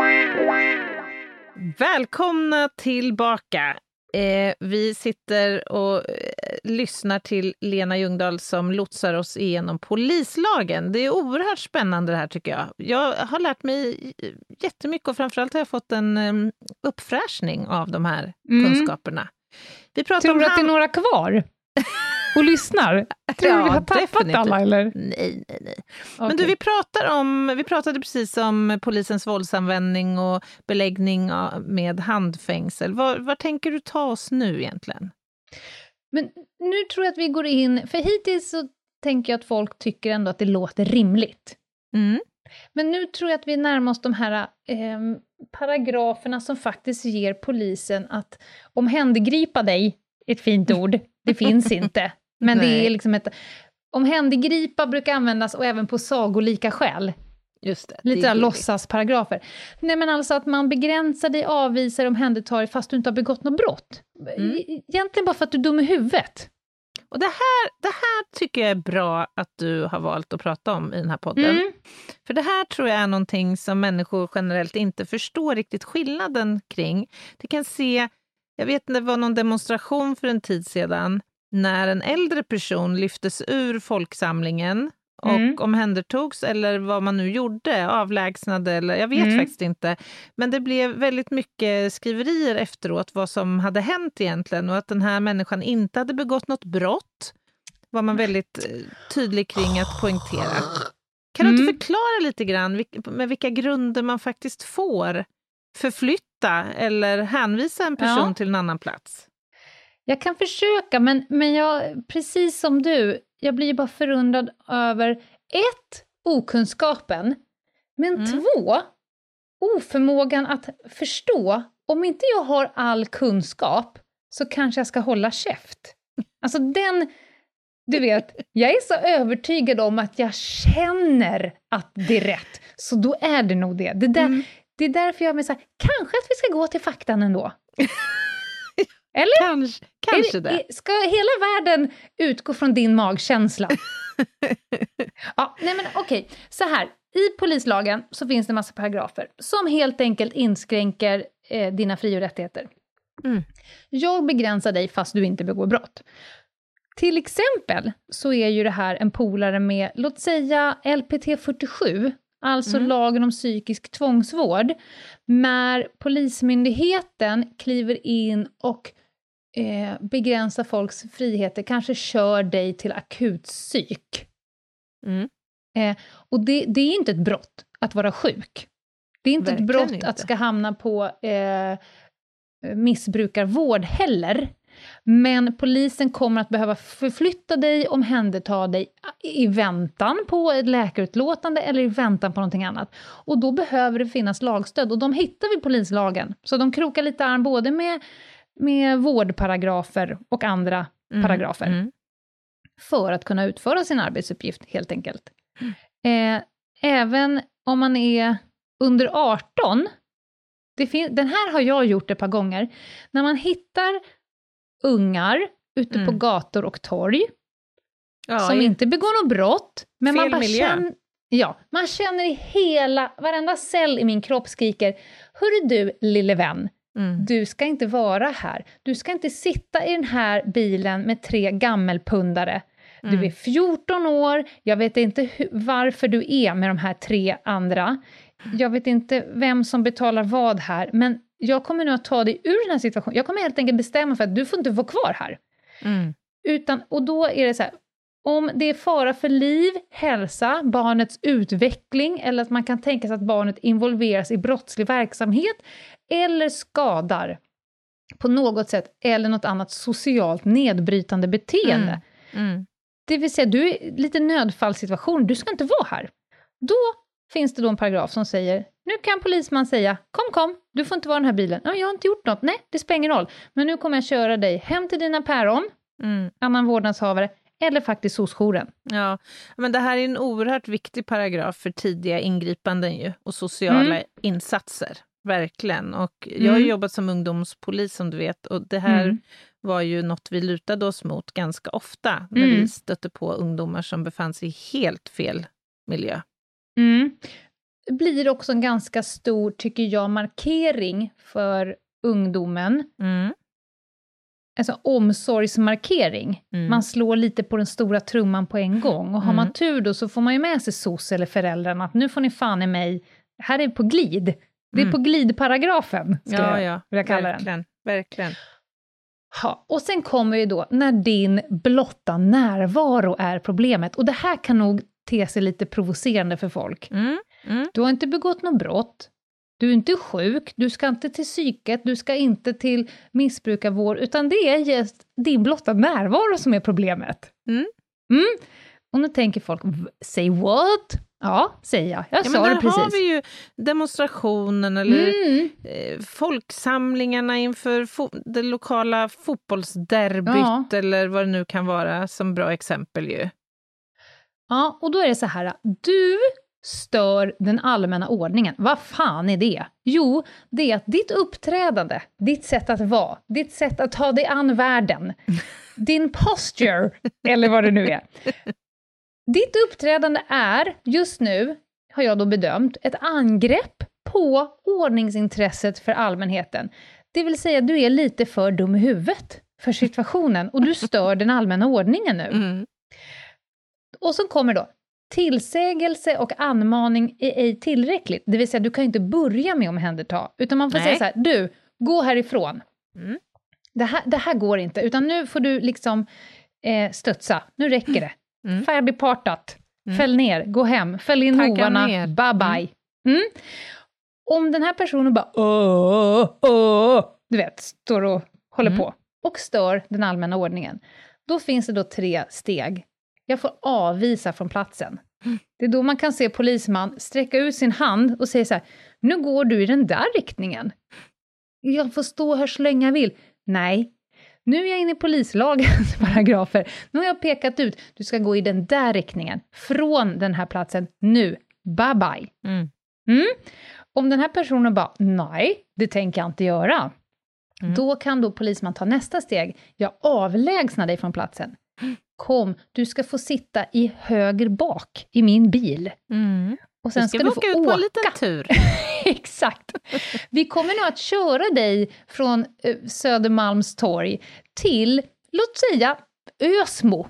Välkomna tillbaka. Eh, vi sitter och eh, lyssnar till Lena Ljungdahl som lotsar oss igenom polislagen. Det är oerhört spännande det här tycker jag. Jag har lärt mig jättemycket och framförallt har jag fått en um, uppfräschning av de här mm. kunskaperna. Vi pratar Tror om du att hand- det är några kvar och lyssnar? Tror ja, du vi har tappat definitivt. Alla eller? Nej, nej, nej. Okay. Men du, vi pratar om, vi pratade precis om polisens våldsanvändning och beläggning med handfängsel. Var, var tänker du ta oss nu egentligen? Men nu tror jag att vi går in, för hittills så tänker jag att folk tycker ändå att det låter rimligt. Mm. Men nu tror jag att vi närmar oss de här eh, paragraferna som faktiskt ger polisen att omhändergripa dig, ett fint ord, det finns inte. Men Nej. det är liksom ett... Omhändergripa brukar användas och även på sagolika skäl. Just det. Lite det låtsasparagrafer. Nej men alltså att man begränsar dig, avvisar, omhändertar fast du inte har begått något brott. Mm. Egentligen bara för att du är dum i huvudet. Och det här, det här tycker jag är bra att du har valt att prata om i den här podden. Mm. För det här tror jag är någonting som människor generellt inte förstår riktigt skillnaden kring. Det kan se, jag vet det var någon demonstration för en tid sedan när en äldre person lyftes ur folksamlingen och mm. omhändertogs eller vad man nu gjorde, avlägsnade eller jag vet mm. faktiskt inte. Men det blev väldigt mycket skriverier efteråt vad som hade hänt egentligen och att den här människan inte hade begått något brott var man väldigt tydlig kring att poängtera. Kan du mm. inte förklara lite grann med vilka grunder man faktiskt får förflytta eller hänvisa en person ja. till en annan plats? Jag kan försöka, men, men jag, precis som du, jag blir bara förundrad över ett, okunskapen. Men Mm. två, oförmågan att förstå, om inte jag har all kunskap så kanske jag ska hålla käft. Alltså den, du vet, jag är så övertygad om att jag känner att det är rätt. Så då är det nog det. Det, där, Mm. det är därför jag menar så här, kanske att vi ska gå till faktan ändå. Eller? Kanske, kanske Är, det. är, ska hela världen utgå från din magkänsla? Ja, nej men okej. Så här, i polislagen så finns det en massa paragrafer som helt enkelt inskränker eh, dina fri- och rättigheter. Mm. Jag begränsar dig fast du inte begår brott. Till exempel så är ju det här en polare med, låt säga L P T fyrtiosju, alltså Mm. lagen om psykisk tvångsvård, när polismyndigheten kliver in och eh, begränsar folks friheter, kanske kör dig till akutpsyk. Mm. Eh, och det, det är inte ett brott att vara sjuk. Det är inte Verkligen ett brott inte. att ska hamna på eh, missbrukarvård heller. Men polisen kommer att behöva förflytta dig, omhänderta dig i väntan på ett läkarutlåtande eller i väntan på någonting annat. Och då behöver det finnas lagstöd. Och de hittar vi i polislagen. Så de krokar lite arm både med, med vårdparagrafer och andra Mm. paragrafer. Mm. För att kunna utföra sin arbetsuppgift helt enkelt. Eh, även om man är under arton, det fin- den här har jag gjort ett par gånger, när man hittar ungar ute Mm. på gator och torg, Ja, som i- inte begår något brott, men Fel man bara miljö. känner, ja, man känner i hela, varenda cell i min kropp skriker, hörru du lille vän, Mm. du ska inte vara här. Du ska inte sitta i den här bilen med tre gammelpundare. Mm. Du är fjorton år, jag vet inte hu- varför du är med de här tre andra. Jag vet inte vem som betalar vad här, men jag kommer nu att ta dig ur den här situationen. Jag kommer helt enkelt bestämma för att du får inte vara kvar här. Mm. Utan, och då är det så här, om det är fara för liv, hälsa, barnets utveckling, eller att man kan tänka sig att barnet involveras i brottslig verksamhet, eller skadar på något sätt, eller något annat socialt nedbrytande beteende. Mm. Mm. Det vill säga, du är i lite nödfallssituation, du ska inte vara här. Då finns det då en paragraf som säger, nu kan polisman säga, kom kom, du får inte vara i den här bilen. Ja, jag har inte gjort något, nej, det spelar ingen roll. Men nu kommer jag köra dig hem till dina päron, Mm. annan vårdnadshavare, eller faktiskt soc-jouren. Ja, men det här är en oerhört viktig paragraf för tidiga ingripanden ju, och sociala Mm. insatser. Verkligen. Och jag har ju Mm. jobbat som ungdomspolis som du vet, och det här Mm. var ju något vi lutade oss mot ganska ofta när Mm. vi stötte på ungdomar som befann sig i helt fel miljö. Mm. Det blir också en ganska stor, tycker jag, markering för ungdomen. Mm. Alltså omsorgsmarkering. Mm. Man slår lite på den stora trumman på en gång. Och har man Mm. tur då så får man ju med sig S O S eller föräldrarna att nu får ni fan i mig, här är på glid. Det är Mm. på glidparagrafen, ska Ja, jag ja, vilja kalla den. verkligen, verkligen. Ja, och sen kommer ju då när din blotta närvaro är problemet. Och det här kan nog te sig lite provocerande för folk. Mm. Mm. Du har inte begått något brott. Du är inte sjuk, du ska inte till psyket, du ska inte till missbrukarvård, utan det är just din blotta närvaro som är problemet. Mm. Mm. Och nu tänker folk, say what? Ja, säger jag. Jag Ja, sa men det där precis. har vi ju demonstrationen eller Mm. eh, folksamlingarna inför fo- det lokala fotbollsderbyt Ja. eller vad det nu kan vara som bra exempel ju. Ja, och då är det så här, du stör den allmänna ordningen. Vad fan är det? Jo, det är att ditt uppträdande, ditt sätt att vara, ditt sätt att ta dig an världen, din posture, eller vad det nu är. Ditt uppträdande är, just nu, har jag då bedömt, ett angrepp på ordningsintresset för allmänheten. Det vill säga, du är lite för dum i huvudet för situationen och du stör den allmänna ordningen nu. Mm. Och så kommer då, tillsägelse och anmaning är ej tillräckligt. Det vill säga, du kan inte börja med omhänderta, utan man får Nej. säga så här, du, gå härifrån. Mm. Det, här, det här går inte, utan nu får du liksom eh, stötsa. Nu räcker det. Mm. Färdigpartat. Mm. Fäll ner, gå hem, fäll in Tagga hovarna, ner. bye bye. Mm. Om den här personen bara, åh, åh, du vet, står och håller Mm. på och stör den allmänna ordningen, då finns det då tre steg. Jag får avvisa från platsen. Det är då man kan se polisman sträcka ut sin hand och säga så här, nu går du i den där riktningen. Jag får stå här så länge jag vill. Nej, nu är jag inne i polislagens paragrafer. Nu har jag pekat ut, du ska gå i den där riktningen. Från den här platsen, nu. Bye bye. Mm. Mm. Om den här personen bara, nej, det tänker jag inte göra. Mm. Då kan då polisman ta nästa steg. Jag avlägsnar dig från platsen. Kom, du ska få sitta i höger bak i min bil. Mm. Och sen du ska, ska, ska du få åka ut åka. på en liten tur. Exakt. Vi kommer nu att köra dig från eh, Södermalmstorg till, låt säga, Ösmo.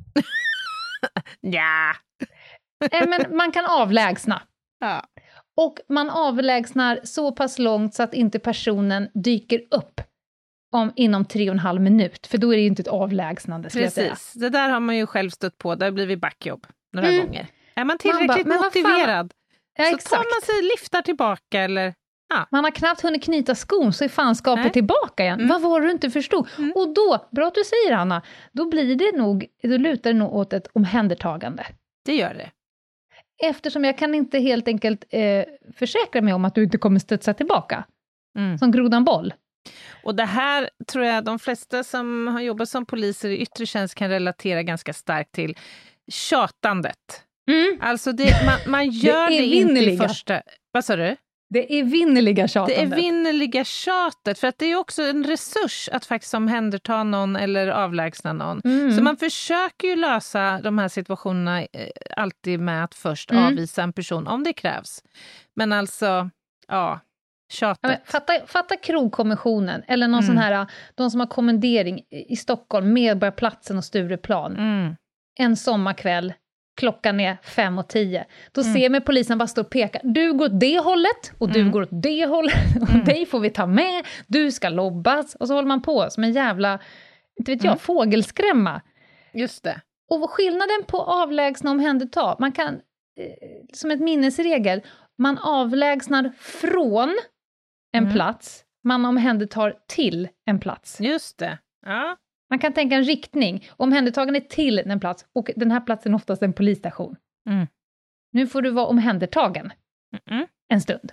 Ja. eh, men man kan avlägsna. Ja. Och man avlägsnar så pass långt så att inte personen dyker upp om, inom tre och en halv minut. För då är det ju inte ett avlägsnande. Precis, det där har man ju själv stött på. Det har blivit backjobb några mm. gånger. Är man tillräckligt man bara, motiverad ja, så tar man sig liftar tillbaka. Eller, ja. Man har knappt hunnit knyta skon så är fanskapet Nej. tillbaka igen. Mm. Vad var det du inte förstod? Mm. Och då, bra att du säger Anna, då blir det nog, då lutar det nog åt ett omhändertagande. Det gör det. Eftersom jag kan inte helt enkelt eh, försäkra mig om att du inte kommer studsa tillbaka. Mm. Som grodan boll. Och det här tror jag de flesta som har jobbat som poliser i yttre tjänst kan relatera ganska starkt till. Tjatandet. Mm. Alltså det, man, man gör det, det inte i första... Vad sa du? Det är vinnerliga tjatandet. Det är vinnerliga tjatet, för att det är också en resurs att faktiskt omhänderta någon eller avlägsna någon. Mm. Så man försöker ju lösa de här situationerna eh, alltid med att först mm. avvisa en person om det krävs. Men alltså, ja, tjatet. Ja, men fatta, fatta krogkommissionen eller någon mm. sån här, de som har kommendering i Stockholm, Medborgarplatsen och Stureplan. Mm. En sommarkväll. Klockan är fem och tio. Då mm. ser man polisen bara stå och peka. Du går åt det hållet och du mm. går åt det hållet. Och mm. dig får vi ta med. Du ska lobbas. Och så håller man på som en jävla, inte vet jag, mm. fågelskrämma. Just det. Och skillnaden på avlägsna och omhänderta. Man kan, eh, som ett minnesregel, man avlägsnar från en mm. plats. Man omhändertar till en plats. Just det, ja. Man kan tänka en riktning, omhändertagande till en plats, och den här platsen är oftast en polisstation. Mm. Nu får du vara omhändertagen mm. en stund.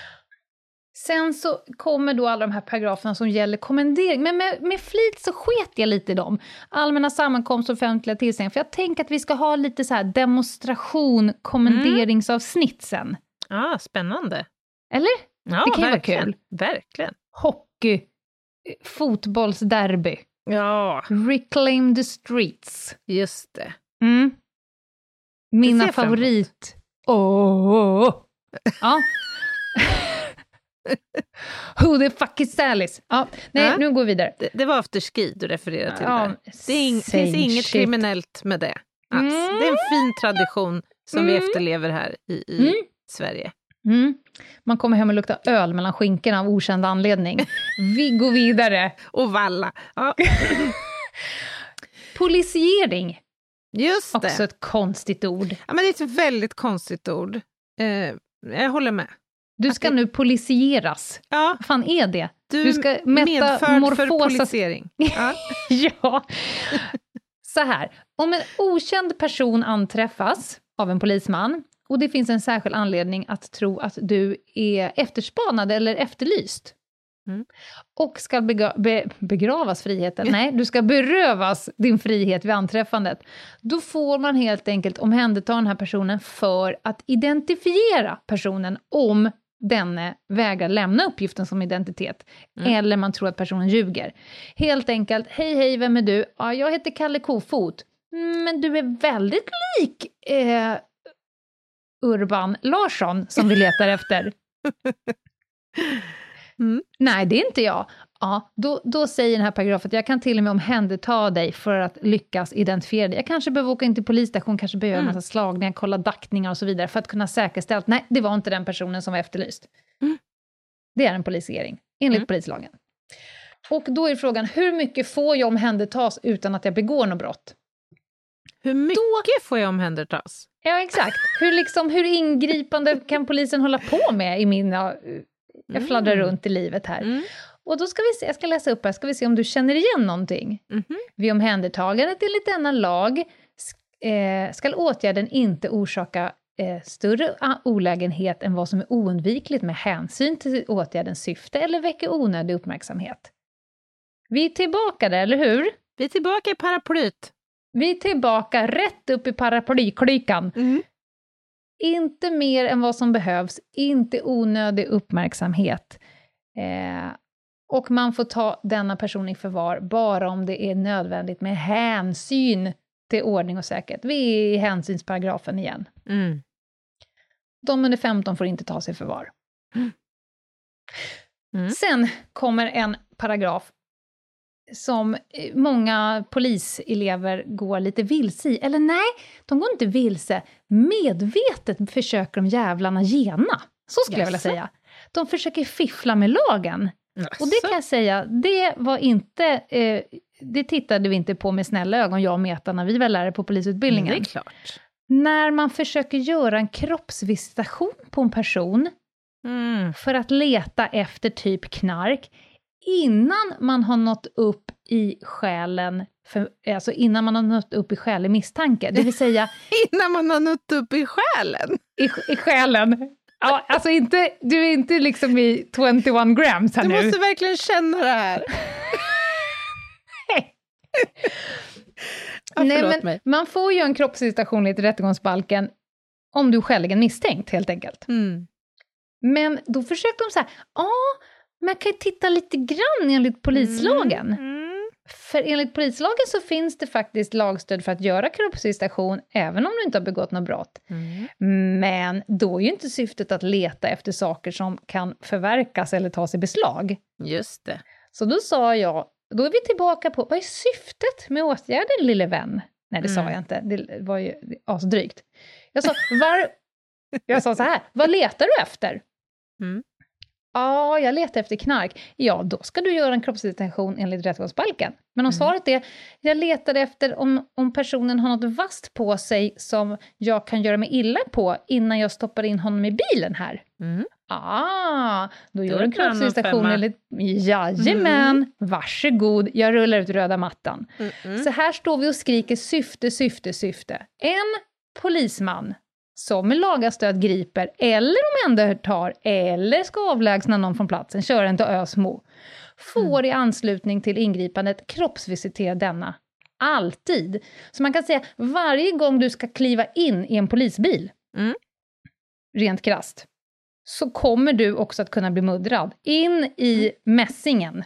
Sen så kommer då alla de här paragraferna som gäller kommendering, men med, med flit så sket jag lite i dem. Allmänna sammankomster och offentliga tillställningar, för jag tänker att vi ska ha lite så här demonstration, kommenderingsavsnitt sen. Ja, ah, spännande. Eller? Ja, det kan ju vara kul. Verkligen. Hockey, fotbollsderby. Ja. Reclaim the streets. Just det. Mm. Mina favorit. Åh. Oh. Ja. Who the fuck is Alice? Ja, nej, ja. Nu går vi vidare. Det, det var afterski du refererade till ja, där. Det är ing, finns inget shit. kriminellt med det. Alls. Mm. Det är en fin tradition som mm. vi efterlever här i, i mm. Sverige. Mm. Man kommer hem och luktar öl mellan skinkorna av okänd anledning. Vi går vidare. Och valla. Ja. Polisiering. Just det. Också ett konstigt ord. Ja, men det är ett väldigt konstigt ord. Eh, jag håller med. Du ska att nu polisieras. Ja. Vad fan är det? Du, du ska medförd för polisering. Ja. Ja. Så här. Om en okänd person anträffas av en polisman och det finns en särskild anledning att tro att du är efterspanad eller efterlyst. Mm. Och ska begra- be- begravas friheten. Nej, du ska berövas din frihet vid anträffandet. Då får man helt enkelt omhänderta den här personen för att identifiera personen om denne vägrar lämna uppgiften som identitet. Mm. Eller man tror att personen ljuger. Helt enkelt, hej hej, vem är du? Ja, jag heter Kalle Kofot. Men du är väldigt lik eh, Urban Larsson som vi letar efter. Mm. Nej, det är inte jag. Ja, då, då säger den här paragrafen att jag kan till och med omhänderta dig för att lyckas identifiera dig. Jag kanske behöver åka in till polisstation, kanske behöver mm. en massa slagningar, kolla dackningar och så vidare för att kunna säkerställa att nej, det var inte den personen som var efterlyst. Mm. Det är en polisering, enligt mm. polislagen. Och då är frågan, hur mycket får jag omhändertas utan att jag begår något brott? Hur mycket då, får jag omhändertas? Ja, exakt. Hur, liksom, hur ingripande kan polisen hålla på med i mina... Jag fladdrar mm. runt i livet här. Mm. Och då ska vi se, jag ska läsa upp här, ska vi se om du känner igen någonting. Mm-hmm. Vid omhändertagandet enligt denna lag eh, ska åtgärden inte orsaka eh, större olägenhet än vad som är oundvikligt med hänsyn till åtgärdens syfte eller väcker onödig uppmärksamhet. Vi är tillbaka där, eller hur? Vi är tillbaka i paraplyt. Vi är tillbaka rätt upp i paraplyklykan. Mm. Inte mer än vad som behövs, inte onödig uppmärksamhet. Eh, och man får ta denna person i förvar bara om det är nödvändigt med hänsyn till ordning och säkerhet. Vi är i hänsynsparagrafen igen. Mm. De under femton får inte ta sig i förvar. Mm. Mm. Sen kommer en paragraf som många poliselever går lite vilse i. Eller nej, de går inte vilse. Medvetet försöker de jävlarna gena. Så skulle jag vilja säga. De försöker fiffla med lagen. Jaså. Och det kan jag säga, det var inte... Eh, det tittade vi inte på med snälla ögon, jag och Meta, när vi var lärare på polisutbildningen. Mm, det är klart. När man försöker göra en kroppsvisitation på en person Mm. för att leta efter typ knark, innan man har nått upp i själen, för, alltså innan man har nått upp i skälig misstanke, det vill säga Innan man har nått upp i själen. i, i själen. Ja, alltså inte, du är inte liksom i tjugoett grams här Du nu. måste verkligen känna det här. Ja, Nej, förlåt men mig. man får ju en kroppsvisitation i rättegångsbalken om du är skäligen misstänkt, helt enkelt. Mm. Men då försökte de så här, ja, man kan ju titta lite grann enligt polislagen. Mm. För enligt polislagen så finns det faktiskt lagstöd för att göra kroppsvisitation även om du inte har begått något brott. Mm. Men då är ju inte syftet att leta efter saker som kan förverkas eller tas i beslag. Just det. Så då sa jag, då är vi tillbaka på, vad är syftet med åtgärden, lille vän? Nej, det sa Mm. jag inte, det var ju asdrygt. Jag sa, var, jag sa så här, vad letar du efter? Mm. Ja, jag letar efter knark. Ja, då ska du göra en kroppsvisitation enligt rättegångsbalken. Men om Mm. svaret är, jag letar efter om, om personen har något vasst på sig som jag kan göra mig illa på innan jag stoppar in honom i bilen här. Mm. Ah, då gör är du en det en annan kroppsvisitation femma. enligt... Jajamän, Mm. varsågod, jag rullar ut röda mattan. Mm. Mm. Så här står vi och skriker syfte, syfte, syfte. En polisman som med lagastöd griper eller omhändertar eller ska avlägsna någon från platsen, kör en till Ösmo, får i anslutning till ingripandet kroppsvisitera denna. Alltid. Så man kan säga, varje gång du ska kliva in i en polisbil, Mm. rent krasst, så kommer du också att kunna bli muddrad in i mässingen.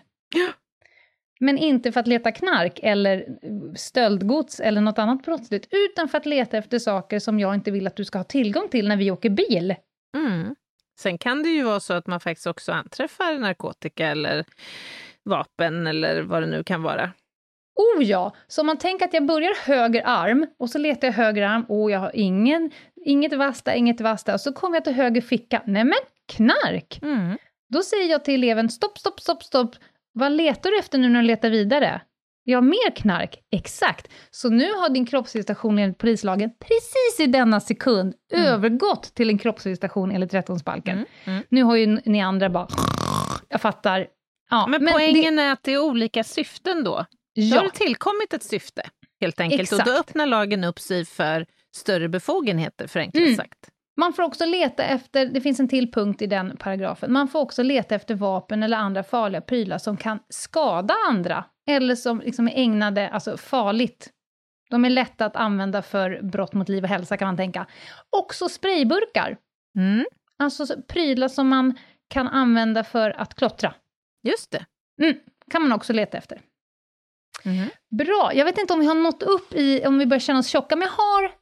Men inte för att leta knark eller stöldgods eller något annat brottsligt, utan för att leta efter saker som jag inte vill att du ska ha tillgång till när vi åker bil. Mm. Sen kan det ju vara så att man faktiskt också anträffar narkotika eller vapen eller vad det nu kan vara. Oh ja, så om man tänker att jag börjar höger arm och så letar jag höger arm, och jag har ingen, inget vasta, inget vasta, och så kommer jag till höger ficka. Nej men, knark! Mm. Då säger jag till eleven, stopp, stopp, stopp, stopp. Vad letar du efter nu när du letar vidare? Ja, mer knark. Exakt. Så nu har din kroppsvisitation enligt polislagen precis i denna sekund Mm. övergått till en kroppsvisitation enligt rättegångsbalken. Mm. Mm. Nu har ju ni andra bara, jag fattar. Ja, Men, det- poängen är att det är olika syften då. Då har Ja, det tillkommit ett syfte, helt enkelt. Exakt. Och då öppnar lagen upp sig för större befogenheter, förenklat Mm. sagt. man får också leta efter, det finns en till punkt i den paragrafen, man får också leta efter vapen eller andra farliga prylar som kan skada andra, eller som liksom är ägnade, alltså farligt. De är lätta att använda för brott mot liv och hälsa, kan man tänka. Också sprayburkar, Mm. alltså så- prylar som man kan använda för att klottra. Just det. Mm, kan man också leta efter. Mm. Bra, jag vet inte om vi har nått upp i, om vi börjar känna oss tjocka, men jag har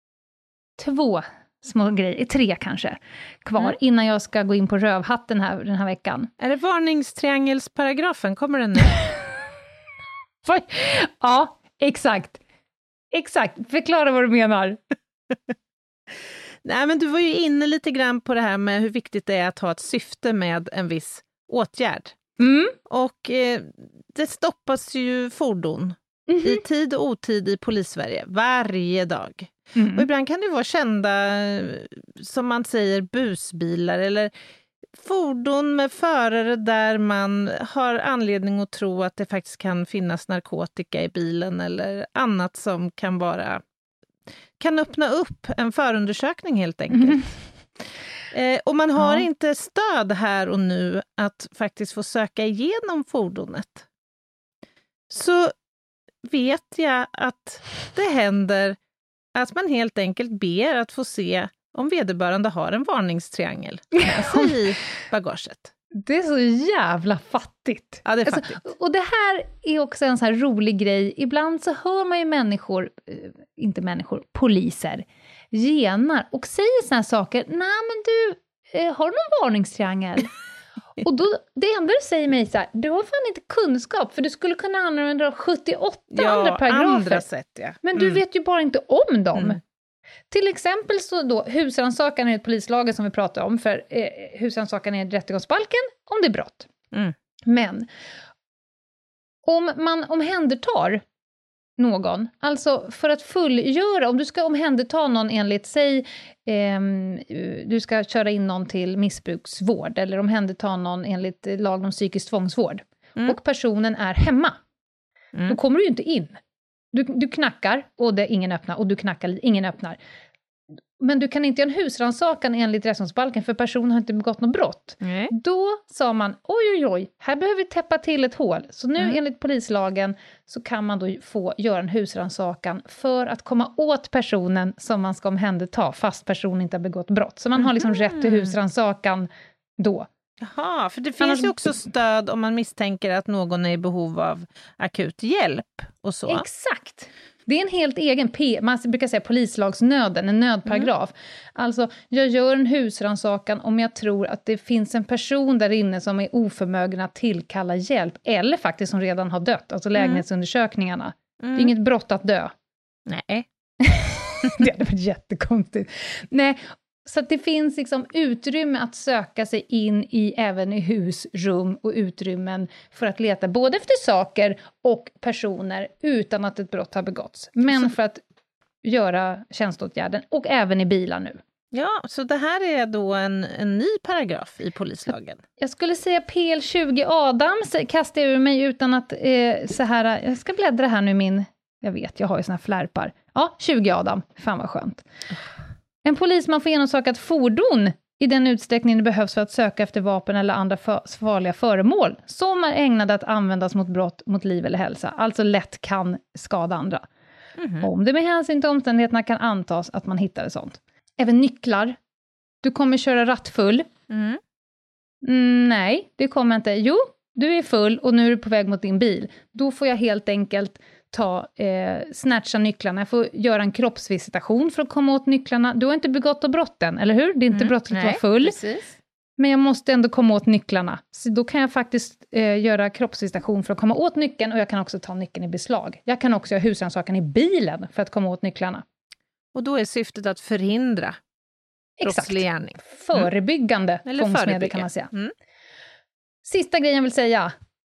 två små grejer, tre kanske, kvar, Mm. innan jag ska gå in på rövhatten här, den här veckan. Är det varningstriangelsparagrafen? Kommer den nu? Ja, exakt. Exakt, förklara vad du menar. Nej, men du var ju inne lite grann på det här med hur viktigt det är att ha ett syfte med en viss åtgärd. Mm. Och eh, det stoppas ju fordon Mhm. i tid och otid i Polissverige varje dag. Och Mm. ibland kan det vara kända, eh, som man säger, busbilar eller fordon med förare där man har anledning att tro att det faktiskt kan finnas narkotika i bilen eller annat som kan vara kan öppna upp en förundersökning helt enkelt. Mm. Eh, och man har ja. inte stöd här och nu att faktiskt få söka igenom fordonet. Så vet jag att det händer att man helt enkelt ber att få se om vederbörande har en varningstriangel med sig i bagaget. Det är så jävla fattigt. Ja, det är alltså, fattigt. Och det här är också en så här rolig grej. Ibland så hör man ju människor, inte människor, poliser, genar och säger såna här saker. Nej men du, har du någon varningstriangel? Och då, det enda du säger mig så här, du har fan inte kunskap, för du skulle kunna använda sjuttioåtta ja, andra paragrafer. Andra sätt, ja. Men du mm. vet ju bara inte om dem. Mm. Till exempel så då, husrannsakan enligt polislagen som vi pratar om, för eh, husrannsakan är rättegångsbalken om det är brott. Mm. Men om man omhändertar någon, alltså för att fullgöra, om du ska omhänderta någon enligt, säg, eh, du ska köra in någon till missbruksvård, eller omhänderta någon enligt lagen om psykisk tvångsvård, mm. och personen är hemma, mm. då kommer du ju inte in. Du, du knackar och det ingen öppnar, och du knackar, ingen öppnar. Men du kan inte göra en husrannsakan enligt rättegångsbalken, för personen har inte begått något brott. Mm. Då sa man, oj oj oj, här behöver vi täppa till ett hål. Så nu mm. enligt polislagen så kan man då få göra en husrannsakan för att komma åt personen som man ska omhänderta, fast personen inte har begått brott. Så man har liksom mm. rätt till husrannsakan då. Jaha, för det finns Annars... ju också stöd om man misstänker att någon är i behov av akut hjälp och så. Exakt. Det är en helt egen, P- man brukar säga polislagsnöden, en nödparagraf. Mm. Alltså, jag gör en husrannsakan om jag tror att det finns en person där inne som är oförmögen att tillkalla hjälp, eller faktiskt som redan har dött, alltså lägenhetsundersökningarna. Mm. Det är inget brott att dö. Nej. Det hade varit jättekonstigt. Nej, så att det finns liksom utrymme att söka sig in i, även i husrum och utrymmen, för att leta både efter saker och personer utan att ett brott har begåtts. Men så... för att göra tjänsteåtgärden, och även i bilar nu. Ja, så det här är då en, en ny paragraf i polislagen. Jag skulle säga P L tjugo Adams kastar jag ur mig utan att eh, så här, jag ska bläddra här nu min, jag vet, jag har ju såna här flärpar. Ja, tjugo Adam, fan vad skönt. En polisman får genomsöka ett fordon i den utsträckning det behövs för att söka efter vapen eller andra för- farliga föremål som är ägnade att användas mot brott mot liv eller hälsa, alltså lätt kan skada andra. Mm-hmm. Om det med hänsyn till omständigheterna kan antas att man hittar sånt. Även nycklar. Du kommer köra rattfull. Mm. Mm, nej, det kommer inte. Jo, du är full och nu är du på väg mot din bil. Då får jag helt enkelt ta, eh, snatcha nycklarna. Jag får göra en kroppsvisitation för att komma åt nycklarna. Du har inte begått av brotten, eller hur? Det är inte mm, brottsligt att vara full. Precis. Men jag måste ändå komma åt nycklarna. Så då kan jag faktiskt eh, göra kroppsvisitation för att komma åt nyckeln, och jag kan också ta nyckeln i beslag. Jag kan också göra husrannsakan i bilen för att komma åt nycklarna. Och då är syftet att förhindra brottslig gärning. Förebyggande mm. tvångsmedel kan man säga. Mm. Sista grejen jag vill säga.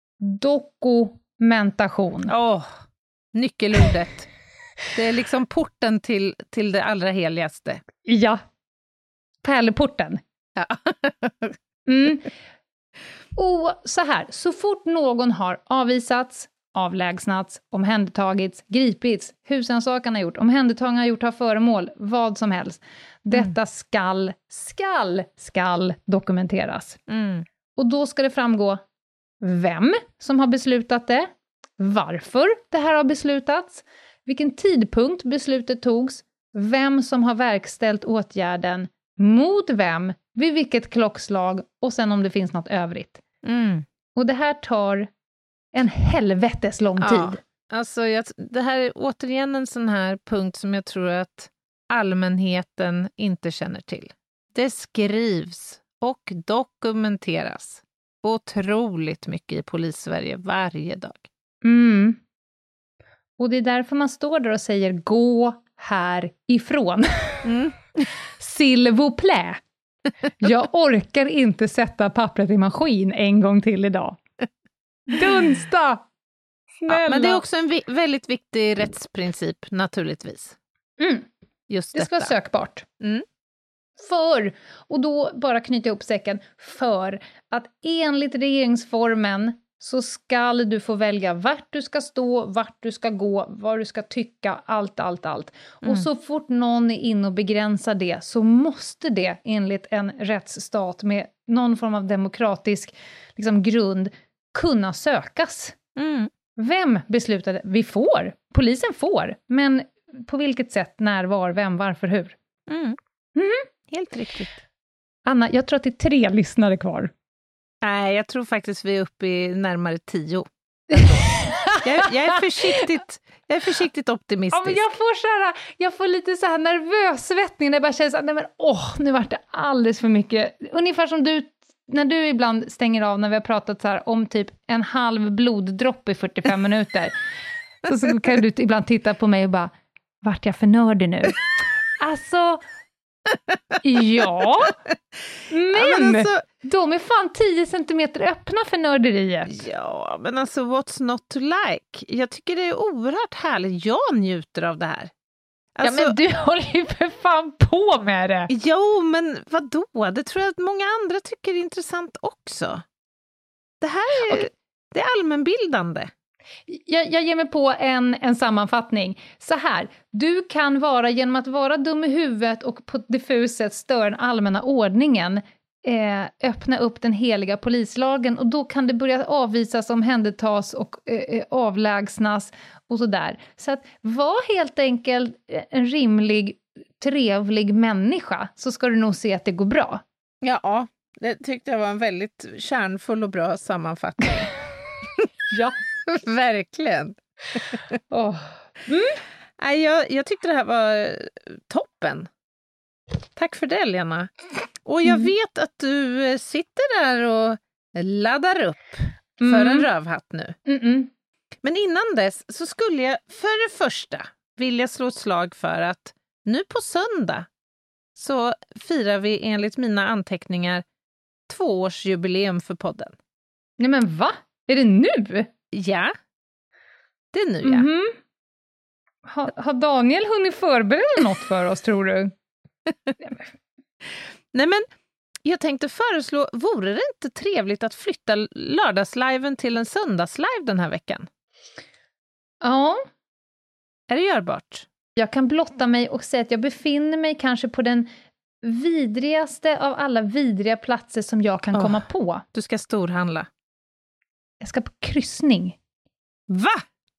Dokumentation. Åh, oh, nyckelordet. Det är liksom porten till, till det allra heligaste. Ja. Pärleporten. Ja. mm. Och så här, så fort någon har avvisats, avlägsnats, omhändertagits, gripits, husrannsakan har gjort, omhändertagna har gjort av föremål, vad som helst. Detta mm. skall, skall, skall dokumenteras. Mm. Och då ska det framgå vem som har beslutat det, varför det här har beslutats, vilken tidpunkt beslutet togs, vem som har verkställt åtgärden, mot vem, vid vilket klockslag, och sen om det finns något övrigt. Mm. Och det här tar en helvetes lång tid. Ja, alltså jag, det här är återigen en sån här punkt som jag tror att allmänheten inte känner till. Det skrivs och dokumenteras otroligt mycket i Polissverige varje dag. Mm. Och det är därför man står där och säger gå härifrån. Mm. S'il vous plaît. Jag orkar inte sätta pappret i maskin en gång till idag. Dunsta! Snälla! Ja, men det är också en vi- väldigt viktig rättsprincip, naturligtvis. Mm. Just det detta. ska vara sökbart. Mm. För, och då bara knyta ihop säcken, för att enligt regeringsformen så ska du få välja vart du ska stå, vart du ska gå, vad du ska tycka, allt, allt, allt. Mm. Och så fort någon är in och begränsar det så måste det enligt en rättsstat med någon form av demokratisk liksom, grund kunna sökas. Mm. Vem beslutade? Vi får. Polisen får. Men på vilket sätt, när, var, vem, varför, hur? Mm. Mm. Helt riktigt. Anna, jag tror att det är tre lyssnare kvar. Nej, jag tror faktiskt vi är uppe i närmare tio. jag, jag, är försiktigt, jag är försiktigt optimistisk. Ja, men jag får så här, jag får lite så här nervös svettning när jag bara känner så här, nej men åh, nu vart det alldeles för mycket. Ungefär som du, när du ibland stänger av när vi har pratat så här om typ en halv bloddropp i fyrtiofem minuter. Så, så kan du ibland titta på mig och bara, vart jag för nördig nu? Alltså, ja, men, ja, men alltså, de är fan tio centimeter öppna för nörderiet. Ja, men alltså what's not to like? Jag tycker det är oerhört härligt. Jag njuter av det här. Alltså, ja, men du håller ju för fan på med det. Jo, men vadå? Det tror jag att många andra tycker är intressant också. Det här är, okay. Det är allmänbildande. Jag, jag ger mig på en, en sammanfattning. Så här, du kan vara, genom att vara dum i huvudet och på ett diffust sätt störa den allmänna ordningen, eh, öppna upp den heliga polislagen, och då kan det börja avvisas, omhändertas och eh, avlägsnas och sådär. Så att var helt enkelt en rimlig, trevlig människa, så ska du nog se att det går bra. Ja, det tyckte jag var en väldigt kärnfull och bra sammanfattning. Ja. Verkligen. Oh. Mm. Nej, jag, jag tyckte det här var toppen. Tack för det, Lena. Och jag mm. vet att du sitter där och laddar upp för mm. en rövhatt nu. Mm-mm. Men innan dess så skulle jag för det första vilja slå ett slag för att nu på söndag så firar vi enligt mina anteckningar tvåårsjubileum för podden. Nej men va? Är det nu? Ja, det är nu, ja. Mm-hmm. Ha, har Daniel hunnit förbereda något för oss, tror du? Nej, men jag tänkte föreslå, vore det inte trevligt att flytta lördagsliven till en söndagslive den här veckan? Ja. Är det görbart? Jag kan blotta mig och säga att jag befinner mig kanske på den vidrigaste av alla vidriga platser som jag kan oh, komma på. Du ska storhandla. Jag ska på kryssning. Va?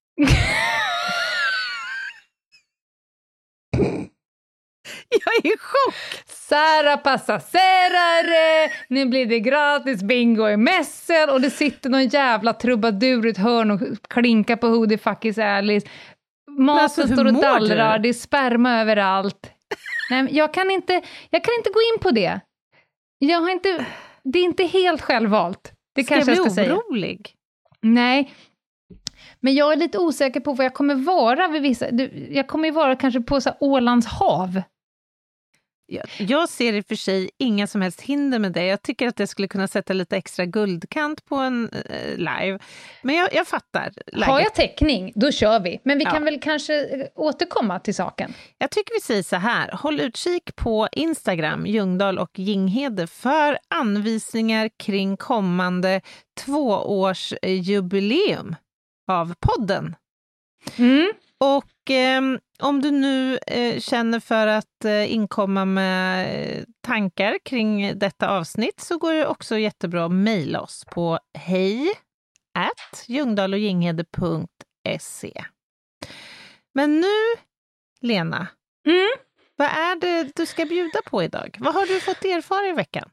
Jag är i chock. Sara passa serare. Nu blir det gratis bingo i mässor. Och det sitter någon jävla trubadur i ett hörn och klinkar på who the fuck is Alice. Maten alltså, står och dallrar. Det är sperma överallt. Nej, jag kan inte, jag kan inte gå in på det. Jag har inte, det är inte helt självvalt. Det ska kanske jag bli jag ska orolig? Säga. Nej. Men jag är lite osäker på vad jag kommer vara vid vissa... Jag kommer ju vara kanske på så här Ålands hav. Jag, jag ser i och för sig inga som helst hinder med det. Jag tycker att det skulle kunna sätta lite extra guldkant på en eh, live. Men jag, jag fattar läget. Har jag täckning, då kör vi. Men vi ja. kan väl kanske återkomma till saken. Jag tycker vi säger så här. Håll utkik på Instagram, Ljungdahl och Ginghede, för anvisningar kring kommande tvåårsjubileum av podden. Mm. Och eh, om du nu eh, känner för att eh, inkomma med eh, tankar kring detta avsnitt, så går det också jättebra att mejla oss på hej at ljungdahloginghede punkt se. Men nu, Lena, mm. vad är det du ska bjuda på idag? Vad har du fått erfara i veckan?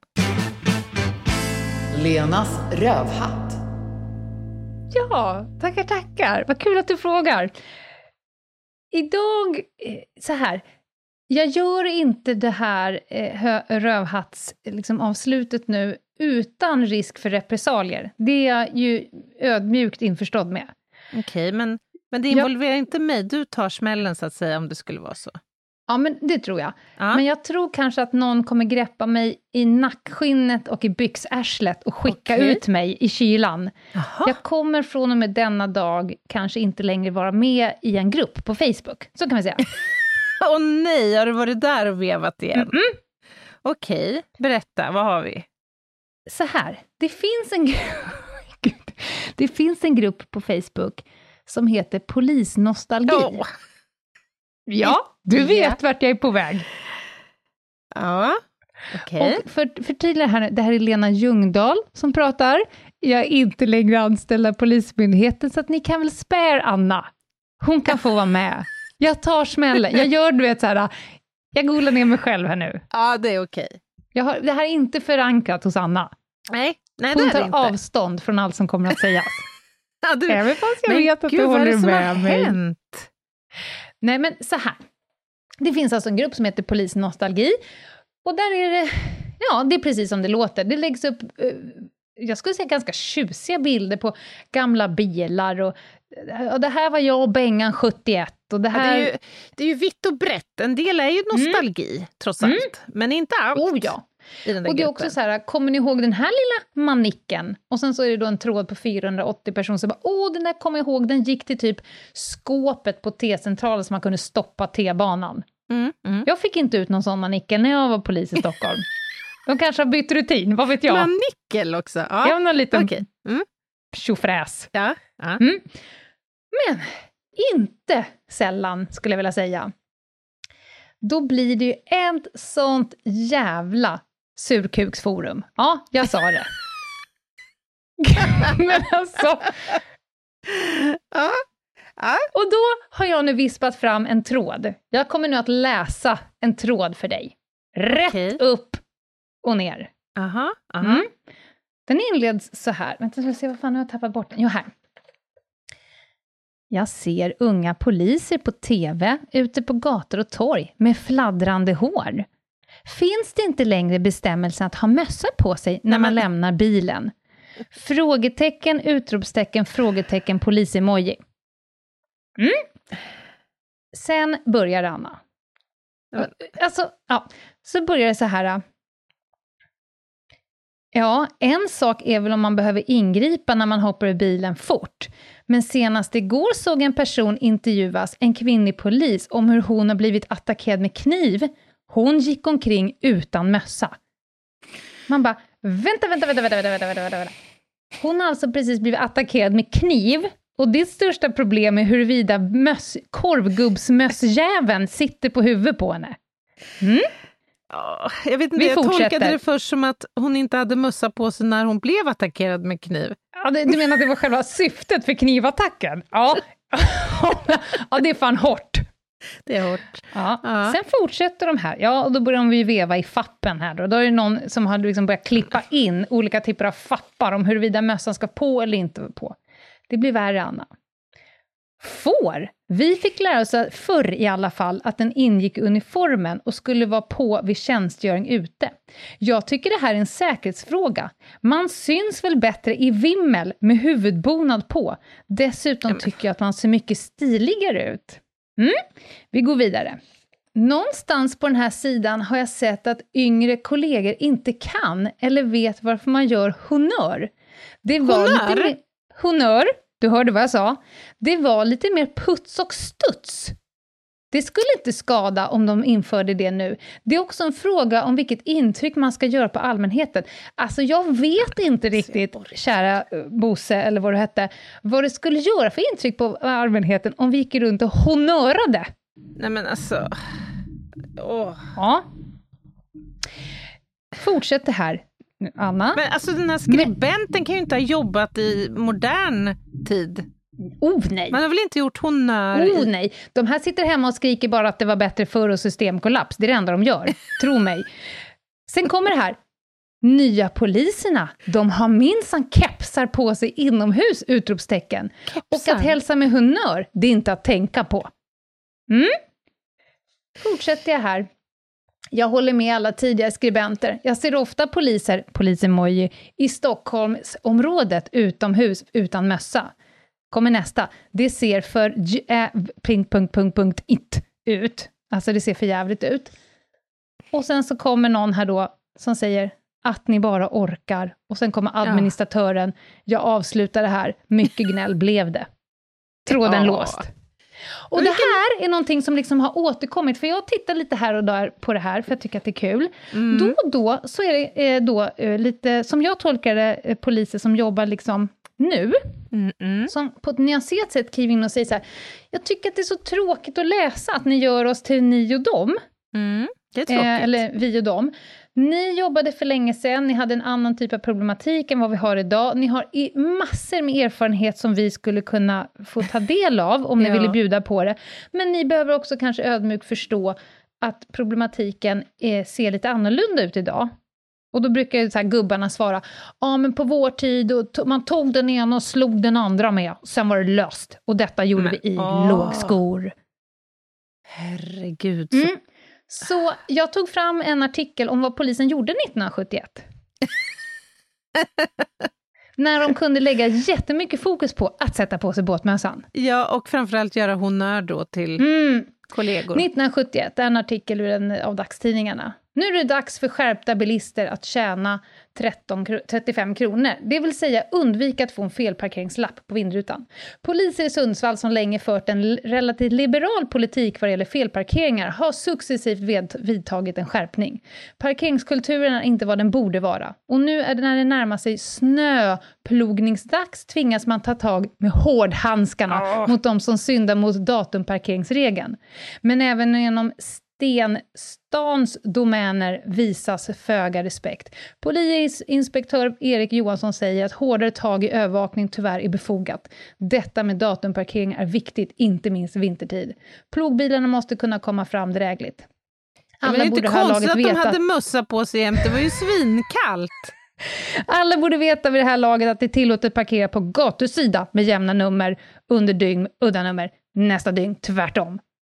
Lenas rövhatt. Ja, tackar, tackar. Vad kul att du frågar. Idag, så här, jag gör inte det här eh, rövhatts liksom, avslutet nu utan risk för repressalier. Det är jag ju ödmjukt införstådd med. Okej, okay, men, men det involverar jag... inte mig. Du tar smällen så att säga, om det skulle vara så. Ja, men det tror jag. Ja. Men jag tror kanske att någon kommer greppa mig i nackskinnet och i byxärslet och skicka okay. ut mig i kylan. Aha. Jag kommer från och med denna dag kanske inte längre vara med i en grupp på Facebook. Så kan man säga. Åh oh, nej, har du varit där och vevat igen? Mm-mm. Okej, okay. Berätta, vad har vi? Så här, det finns en grupp... Gud. Det finns en grupp på Facebook som heter Polisnostalgi. Oh. Ja, du vet vart jag är på väg. Ja, okej. Okay. Och för, för tydligare här, det här är Lena Ljungdahl som pratar. Jag är inte längre anställd av Polismyndigheten, så att ni kan väl spare Anna. Hon kan få vara med. Jag tar smällen. Jag gör, du vet, så här, jag googlar ner mig själv här nu. Ja, det är okej. Jag har, det här är inte förankrat hos Anna. Nej, nej hon det är tar det inte. avstånd från allt som kommer att sägas. Ja, du, Även fast jag men vet att gud, du håller vad är det som med har mig. Hänt? Nej, men så här. Det finns alltså en grupp som heter Polisnostalgi. Och där är det, ja, det är precis som det låter. Det läggs upp, jag skulle säga ganska tjusiga bilder på gamla bilar. Och, och det här var jag och Bengan sjuttioett. Och det, här... ja, det, är ju, det är ju vitt och brett. En del är ju nostalgi, mm. trots allt. Mm. Men inte allt. Oh ja. I den där och det är gruppen. också så här, kommer ni ihåg den här lilla manicken? Och sen så är det då en tråd på fyrahundraåttio personer som bara, åh, den där kommer jag ihåg, den gick till typ skåpet på T-centralen som man kunde stoppa T-banan. Mm, mm. Jag fick inte ut någon sån manickel när jag var polis i Stockholm. De kanske har bytt rutin, vad vet jag? Manickel också? Ja, jag har någon liten okay. mm. tjofräs. Ja, ja. Mm. Men inte sällan, skulle jag vilja säga. Då blir det ju ett sånt jävla surkuksforum. Ja, jag sa det. Men alltså... Ja. Ja. Och då har jag nu vispat fram en tråd. Jag kommer nu att läsa en tråd för dig. Rätt okay. upp och ner. Aha, aha. Mm. Den inleds så här. Vänta, jag ska se vad fan jag har tappat bort den. Jo, här. Jag ser unga poliser på tv ute på gator och torg med fladdrande hår. Finns det inte längre bestämmelsen att ha mössa på sig när man Nej, men... lämnar bilen? Frågetecken, utropstecken, frågetecken, polisemoji. Mm. Sen börjar Anna. Alltså, ja, så börjar det så här. Ja, en sak är väl om man behöver ingripa när man hoppar ur bilen fort. Men senast igår såg en person intervjuas, en kvinnlig polis, om hur hon har blivit attackerad med kniv. Hon gick omkring utan mössa. Man bara, vänta, vänta, vänta, vänta, vänta, vänta, vänta, vänta. Hon har alltså precis blivit attackerad med kniv. Och det största problem är huruvida möss, korvgubbsmössjäveln sitter på huvudet på henne. Mm? Oh, jag vet inte, Vi jag fortsätter. tolkade det först som att hon inte hade mössa på sig när hon blev attackerad med kniv. Ja, det, du menar att det var själva syftet för knivattacken? Ja, ja det är fan hårt. Det är hårt. Ja. Ja. Sen fortsätter de här. Ja, och då börjar de ju veva i fappen här. Då, då är det någon som har liksom börjat klippa in olika typer av fappar om huruvida mössan ska på eller inte på. Det blir värre, Anna. Får. Vi fick lära oss förr i alla fall att den ingick i uniformen och skulle vara på vid tjänstgöring ute. Jag tycker det här är en säkerhetsfråga. Man syns väl bättre i vimmel med huvudbonad på. Dessutom tycker jag att man ser mycket stiligare ut. Mm? Vi går vidare. Någonstans på den här sidan har jag sett att yngre kollegor inte kan eller vet varför man gör honör. Det var honör? lite mer... Honör, du hörde vad jag sa. Det var lite mer puts och studs. Det skulle inte skada om de införde det nu. Det är också en fråga om vilket intryck man ska göra på allmänheten. Alltså jag vet inte riktigt, kära Bosse eller vad du hette, vad det skulle göra för intryck på allmänheten om vi gick runt och honörade. Nej men alltså... Åh. Ja. Fortsätt det här, Anna. Men alltså den här skribenten men... kan ju inte ha jobbat i modern tid. Oh nej. Man har väl inte gjort honör? Oh nej. De här sitter hemma och skriker bara att det var bättre förr och systemkollaps. Det är det enda de gör. Tro mig. Sen kommer det här. Nya poliserna, de har minsann kepsar på sig inomhus, utropstecken. Kepsar. Och att hälsa med honör, det är inte att tänka på. Mm? Fortsätter jag här. Jag håller med alla tidigare skribenter. Jag ser ofta poliser, polisemoji, i Stockholmsområdet utomhus utan mössa. Kommer nästa. Det ser för äh, punkt, punkt, punkt, punkt, it ut. Alltså det ser för jävligt ut. Och sen så kommer någon här då som säger att ni bara orkar. Och sen kommer administratören. Jag avslutar det här. Mycket gnäll blev det. Tråden ja. låst. Och det här är någonting som liksom har återkommit. För jag tittar lite här och där på det här. För jag tycker att det är kul. Mm. Då och då så är det eh, då eh, lite, som jag tolkar det, eh, poliser som jobbar liksom nu, Mm-mm. som på ett nyanserat sätt kliver in och säger så här: jag tycker att det är så tråkigt att läsa att ni gör oss till ni och dem. Mm, det är tråkigt. Eh, eller vi och dem. Ni jobbade för länge sedan, ni hade en annan typ av problematik än vad vi har idag. Ni har i massor med erfarenhet som vi skulle kunna få ta del av om ni Ja. ville bjuda på det. Men ni behöver också kanske ödmjukt förstå att problematiken är, ser lite annorlunda ut idag. Och då brukar ju så här gubbarna svara: ja men på vår tid och to- man tog den ena och slog den andra med. Sen var det löst. Och detta gjorde Men, vi i åh. lågskor. Herregud. Så... Mm. Så jag tog fram en artikel om vad polisen gjorde nittonhundrasjuttioett. När de kunde lägga jättemycket fokus på att sätta på sig båtmössan. Ja, och framförallt göra honör då till Mm. kollegor. nittonhundrasjuttioett, en artikel ur en av dagstidningarna. Nu är det dags för skärpta bilister att tjäna tretton, trettiofem kronor. Det vill säga undvika att få en felparkeringslapp på vindrutan. Poliser i Sundsvall som länge fört en relativt liberal politik vad gäller felparkeringar har successivt ved- vidtagit en skärpning. Parkeringskulturen är inte vad den borde vara. Och nu är det när det närmar sig snöplogningsdags tvingas man ta tag med hårdhandskarna Oh. mot de som syndar mot datumparkeringsregeln. Men även genom Stenstans domäner visas föga respekt. Polisinspektör Erik Johansson säger att hårdare tag i övervakning tyvärr är befogat. Detta med datumparkering är viktigt, inte minst vintertid. Plogbilarna måste kunna komma fram drägligt. Men det är inte borde ha konstigt laget att de veta hade mössa på sig jämt. Det var ju svinkallt. Alla borde veta vid det här laget att det är tillåtet att parkera på gatusida med jämna nummer, under dygn, udda nummer, nästa dygn, tvärtom.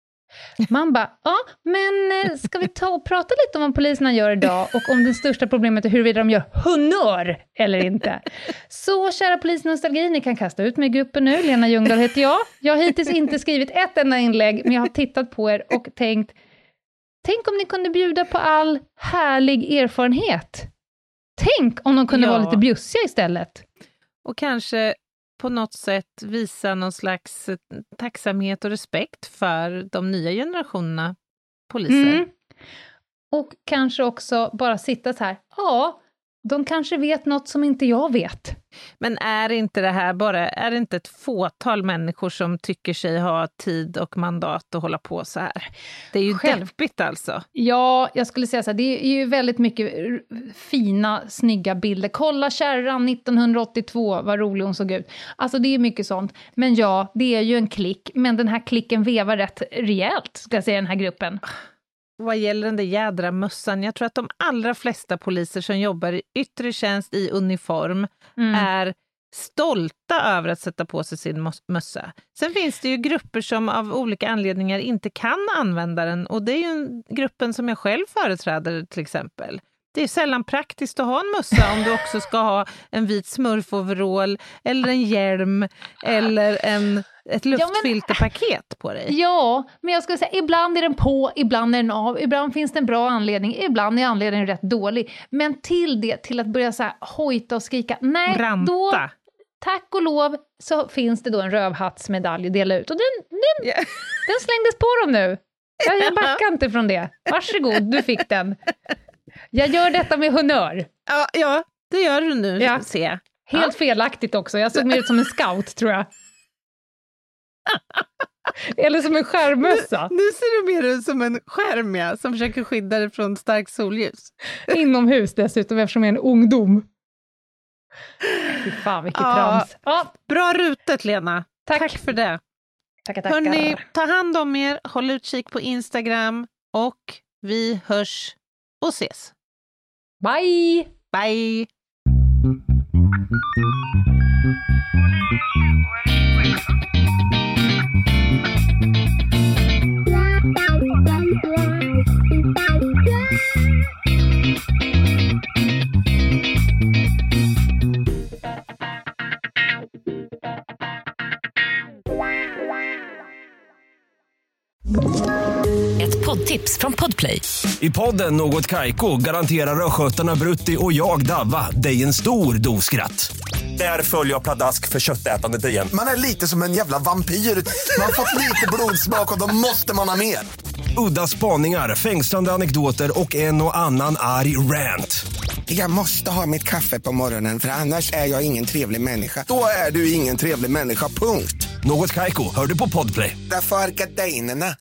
Man bara, ja, men eh, ska vi ta och prata lite om vad poliserna gör idag och om det största problemet är huruvida de gör honör eller inte. Så kära polisnostalgi, ni kan kasta ut mig i gruppen nu. Lena Ljungdahl heter jag. Jag har hittills inte skrivit ett enda inlägg, men jag har tittat på er och tänkt, tänk om ni kunde bjuda på all härlig erfarenhet. Tänk om de kunde Ja. vara lite bjussiga istället. Och kanske på något sätt visa någon slags eh, tacksamhet och respekt för de nya generationerna poliser. Mm. Och kanske också bara sitta så här, ja, de kanske vet något som inte jag vet. Men är inte det här bara, är det inte ett fåtal människor som tycker sig ha tid och mandat att hålla på så här? Det är ju Själv. deppigt alltså. Ja, jag skulle säga så här, det är ju väldigt mycket r- fina, snygga bilder. Kolla kärran nittonhundraåttiotvå, vad rolig hon såg ut. Alltså det är mycket sånt. Men ja, det är ju en klick. Men den här klicken vevar rätt rejält, ska jag säga, den här gruppen. Vad gäller den där jädra mössan, jag tror att de allra flesta poliser som jobbar i yttre tjänst i uniform Mm. är stolta över att sätta på sig sin mos- mössa. Sen finns det ju grupper som av olika anledningar inte kan använda den, och det är ju gruppen som jag själv företräder till exempel. Det är sällan praktiskt att ha en mössa om du också ska ha en vit smurfoverall eller en hjälm eller en, ett luftfilterpaket på dig. Ja, men jag skulle säga, ibland är den på, ibland är den av, ibland finns det en bra anledning, ibland är anledningen rätt dålig. Men till det, till att börja så här hojta och skrika, nej, Ranta. då, tack och lov, så finns det då en rövhattsmedalj att dela ut. Och den, den, Ja. den slängdes på dem nu. Jag, jag backar inte från det. Varsågod, du fick den. Jag gör detta med honör. Ja, ja, det gör du nu, Ja. ser jag. Helt felaktigt också. Jag såg mer ut som en scout, tror jag. Eller som en skärmössa. Nu ser du mer ut som en skärm, ja, som försöker skydda dig från starkt solljus. Inomhus dessutom, eftersom jag är en ungdom. Fy fan, vilket Ja. trams. Ja, Bra rutet, Lena. tack. Tack för det. Tackar, tackar. Hörrni, ta hand om er, håll utkik på Instagram och vi hörs och ses. Bye! Bye! Ett poddtips från Podplay. I podden Något Kaiko garanterar röskötarna Brutti och jag Davva dig en stor dos skratt. Där följer jag pladask för köttätandet igen. Man är lite som en jävla vampyr. Man har fått lite blodsmak och då måste man ha mer. Udda spaningar, fängslande anekdoter och en och annan arg rant. Jag måste ha mitt kaffe på morgonen för annars är jag ingen trevlig människa. Då är du ingen trevlig människa, punkt. Något Kaiko, hör du på Podplay. Därför är gardinerna.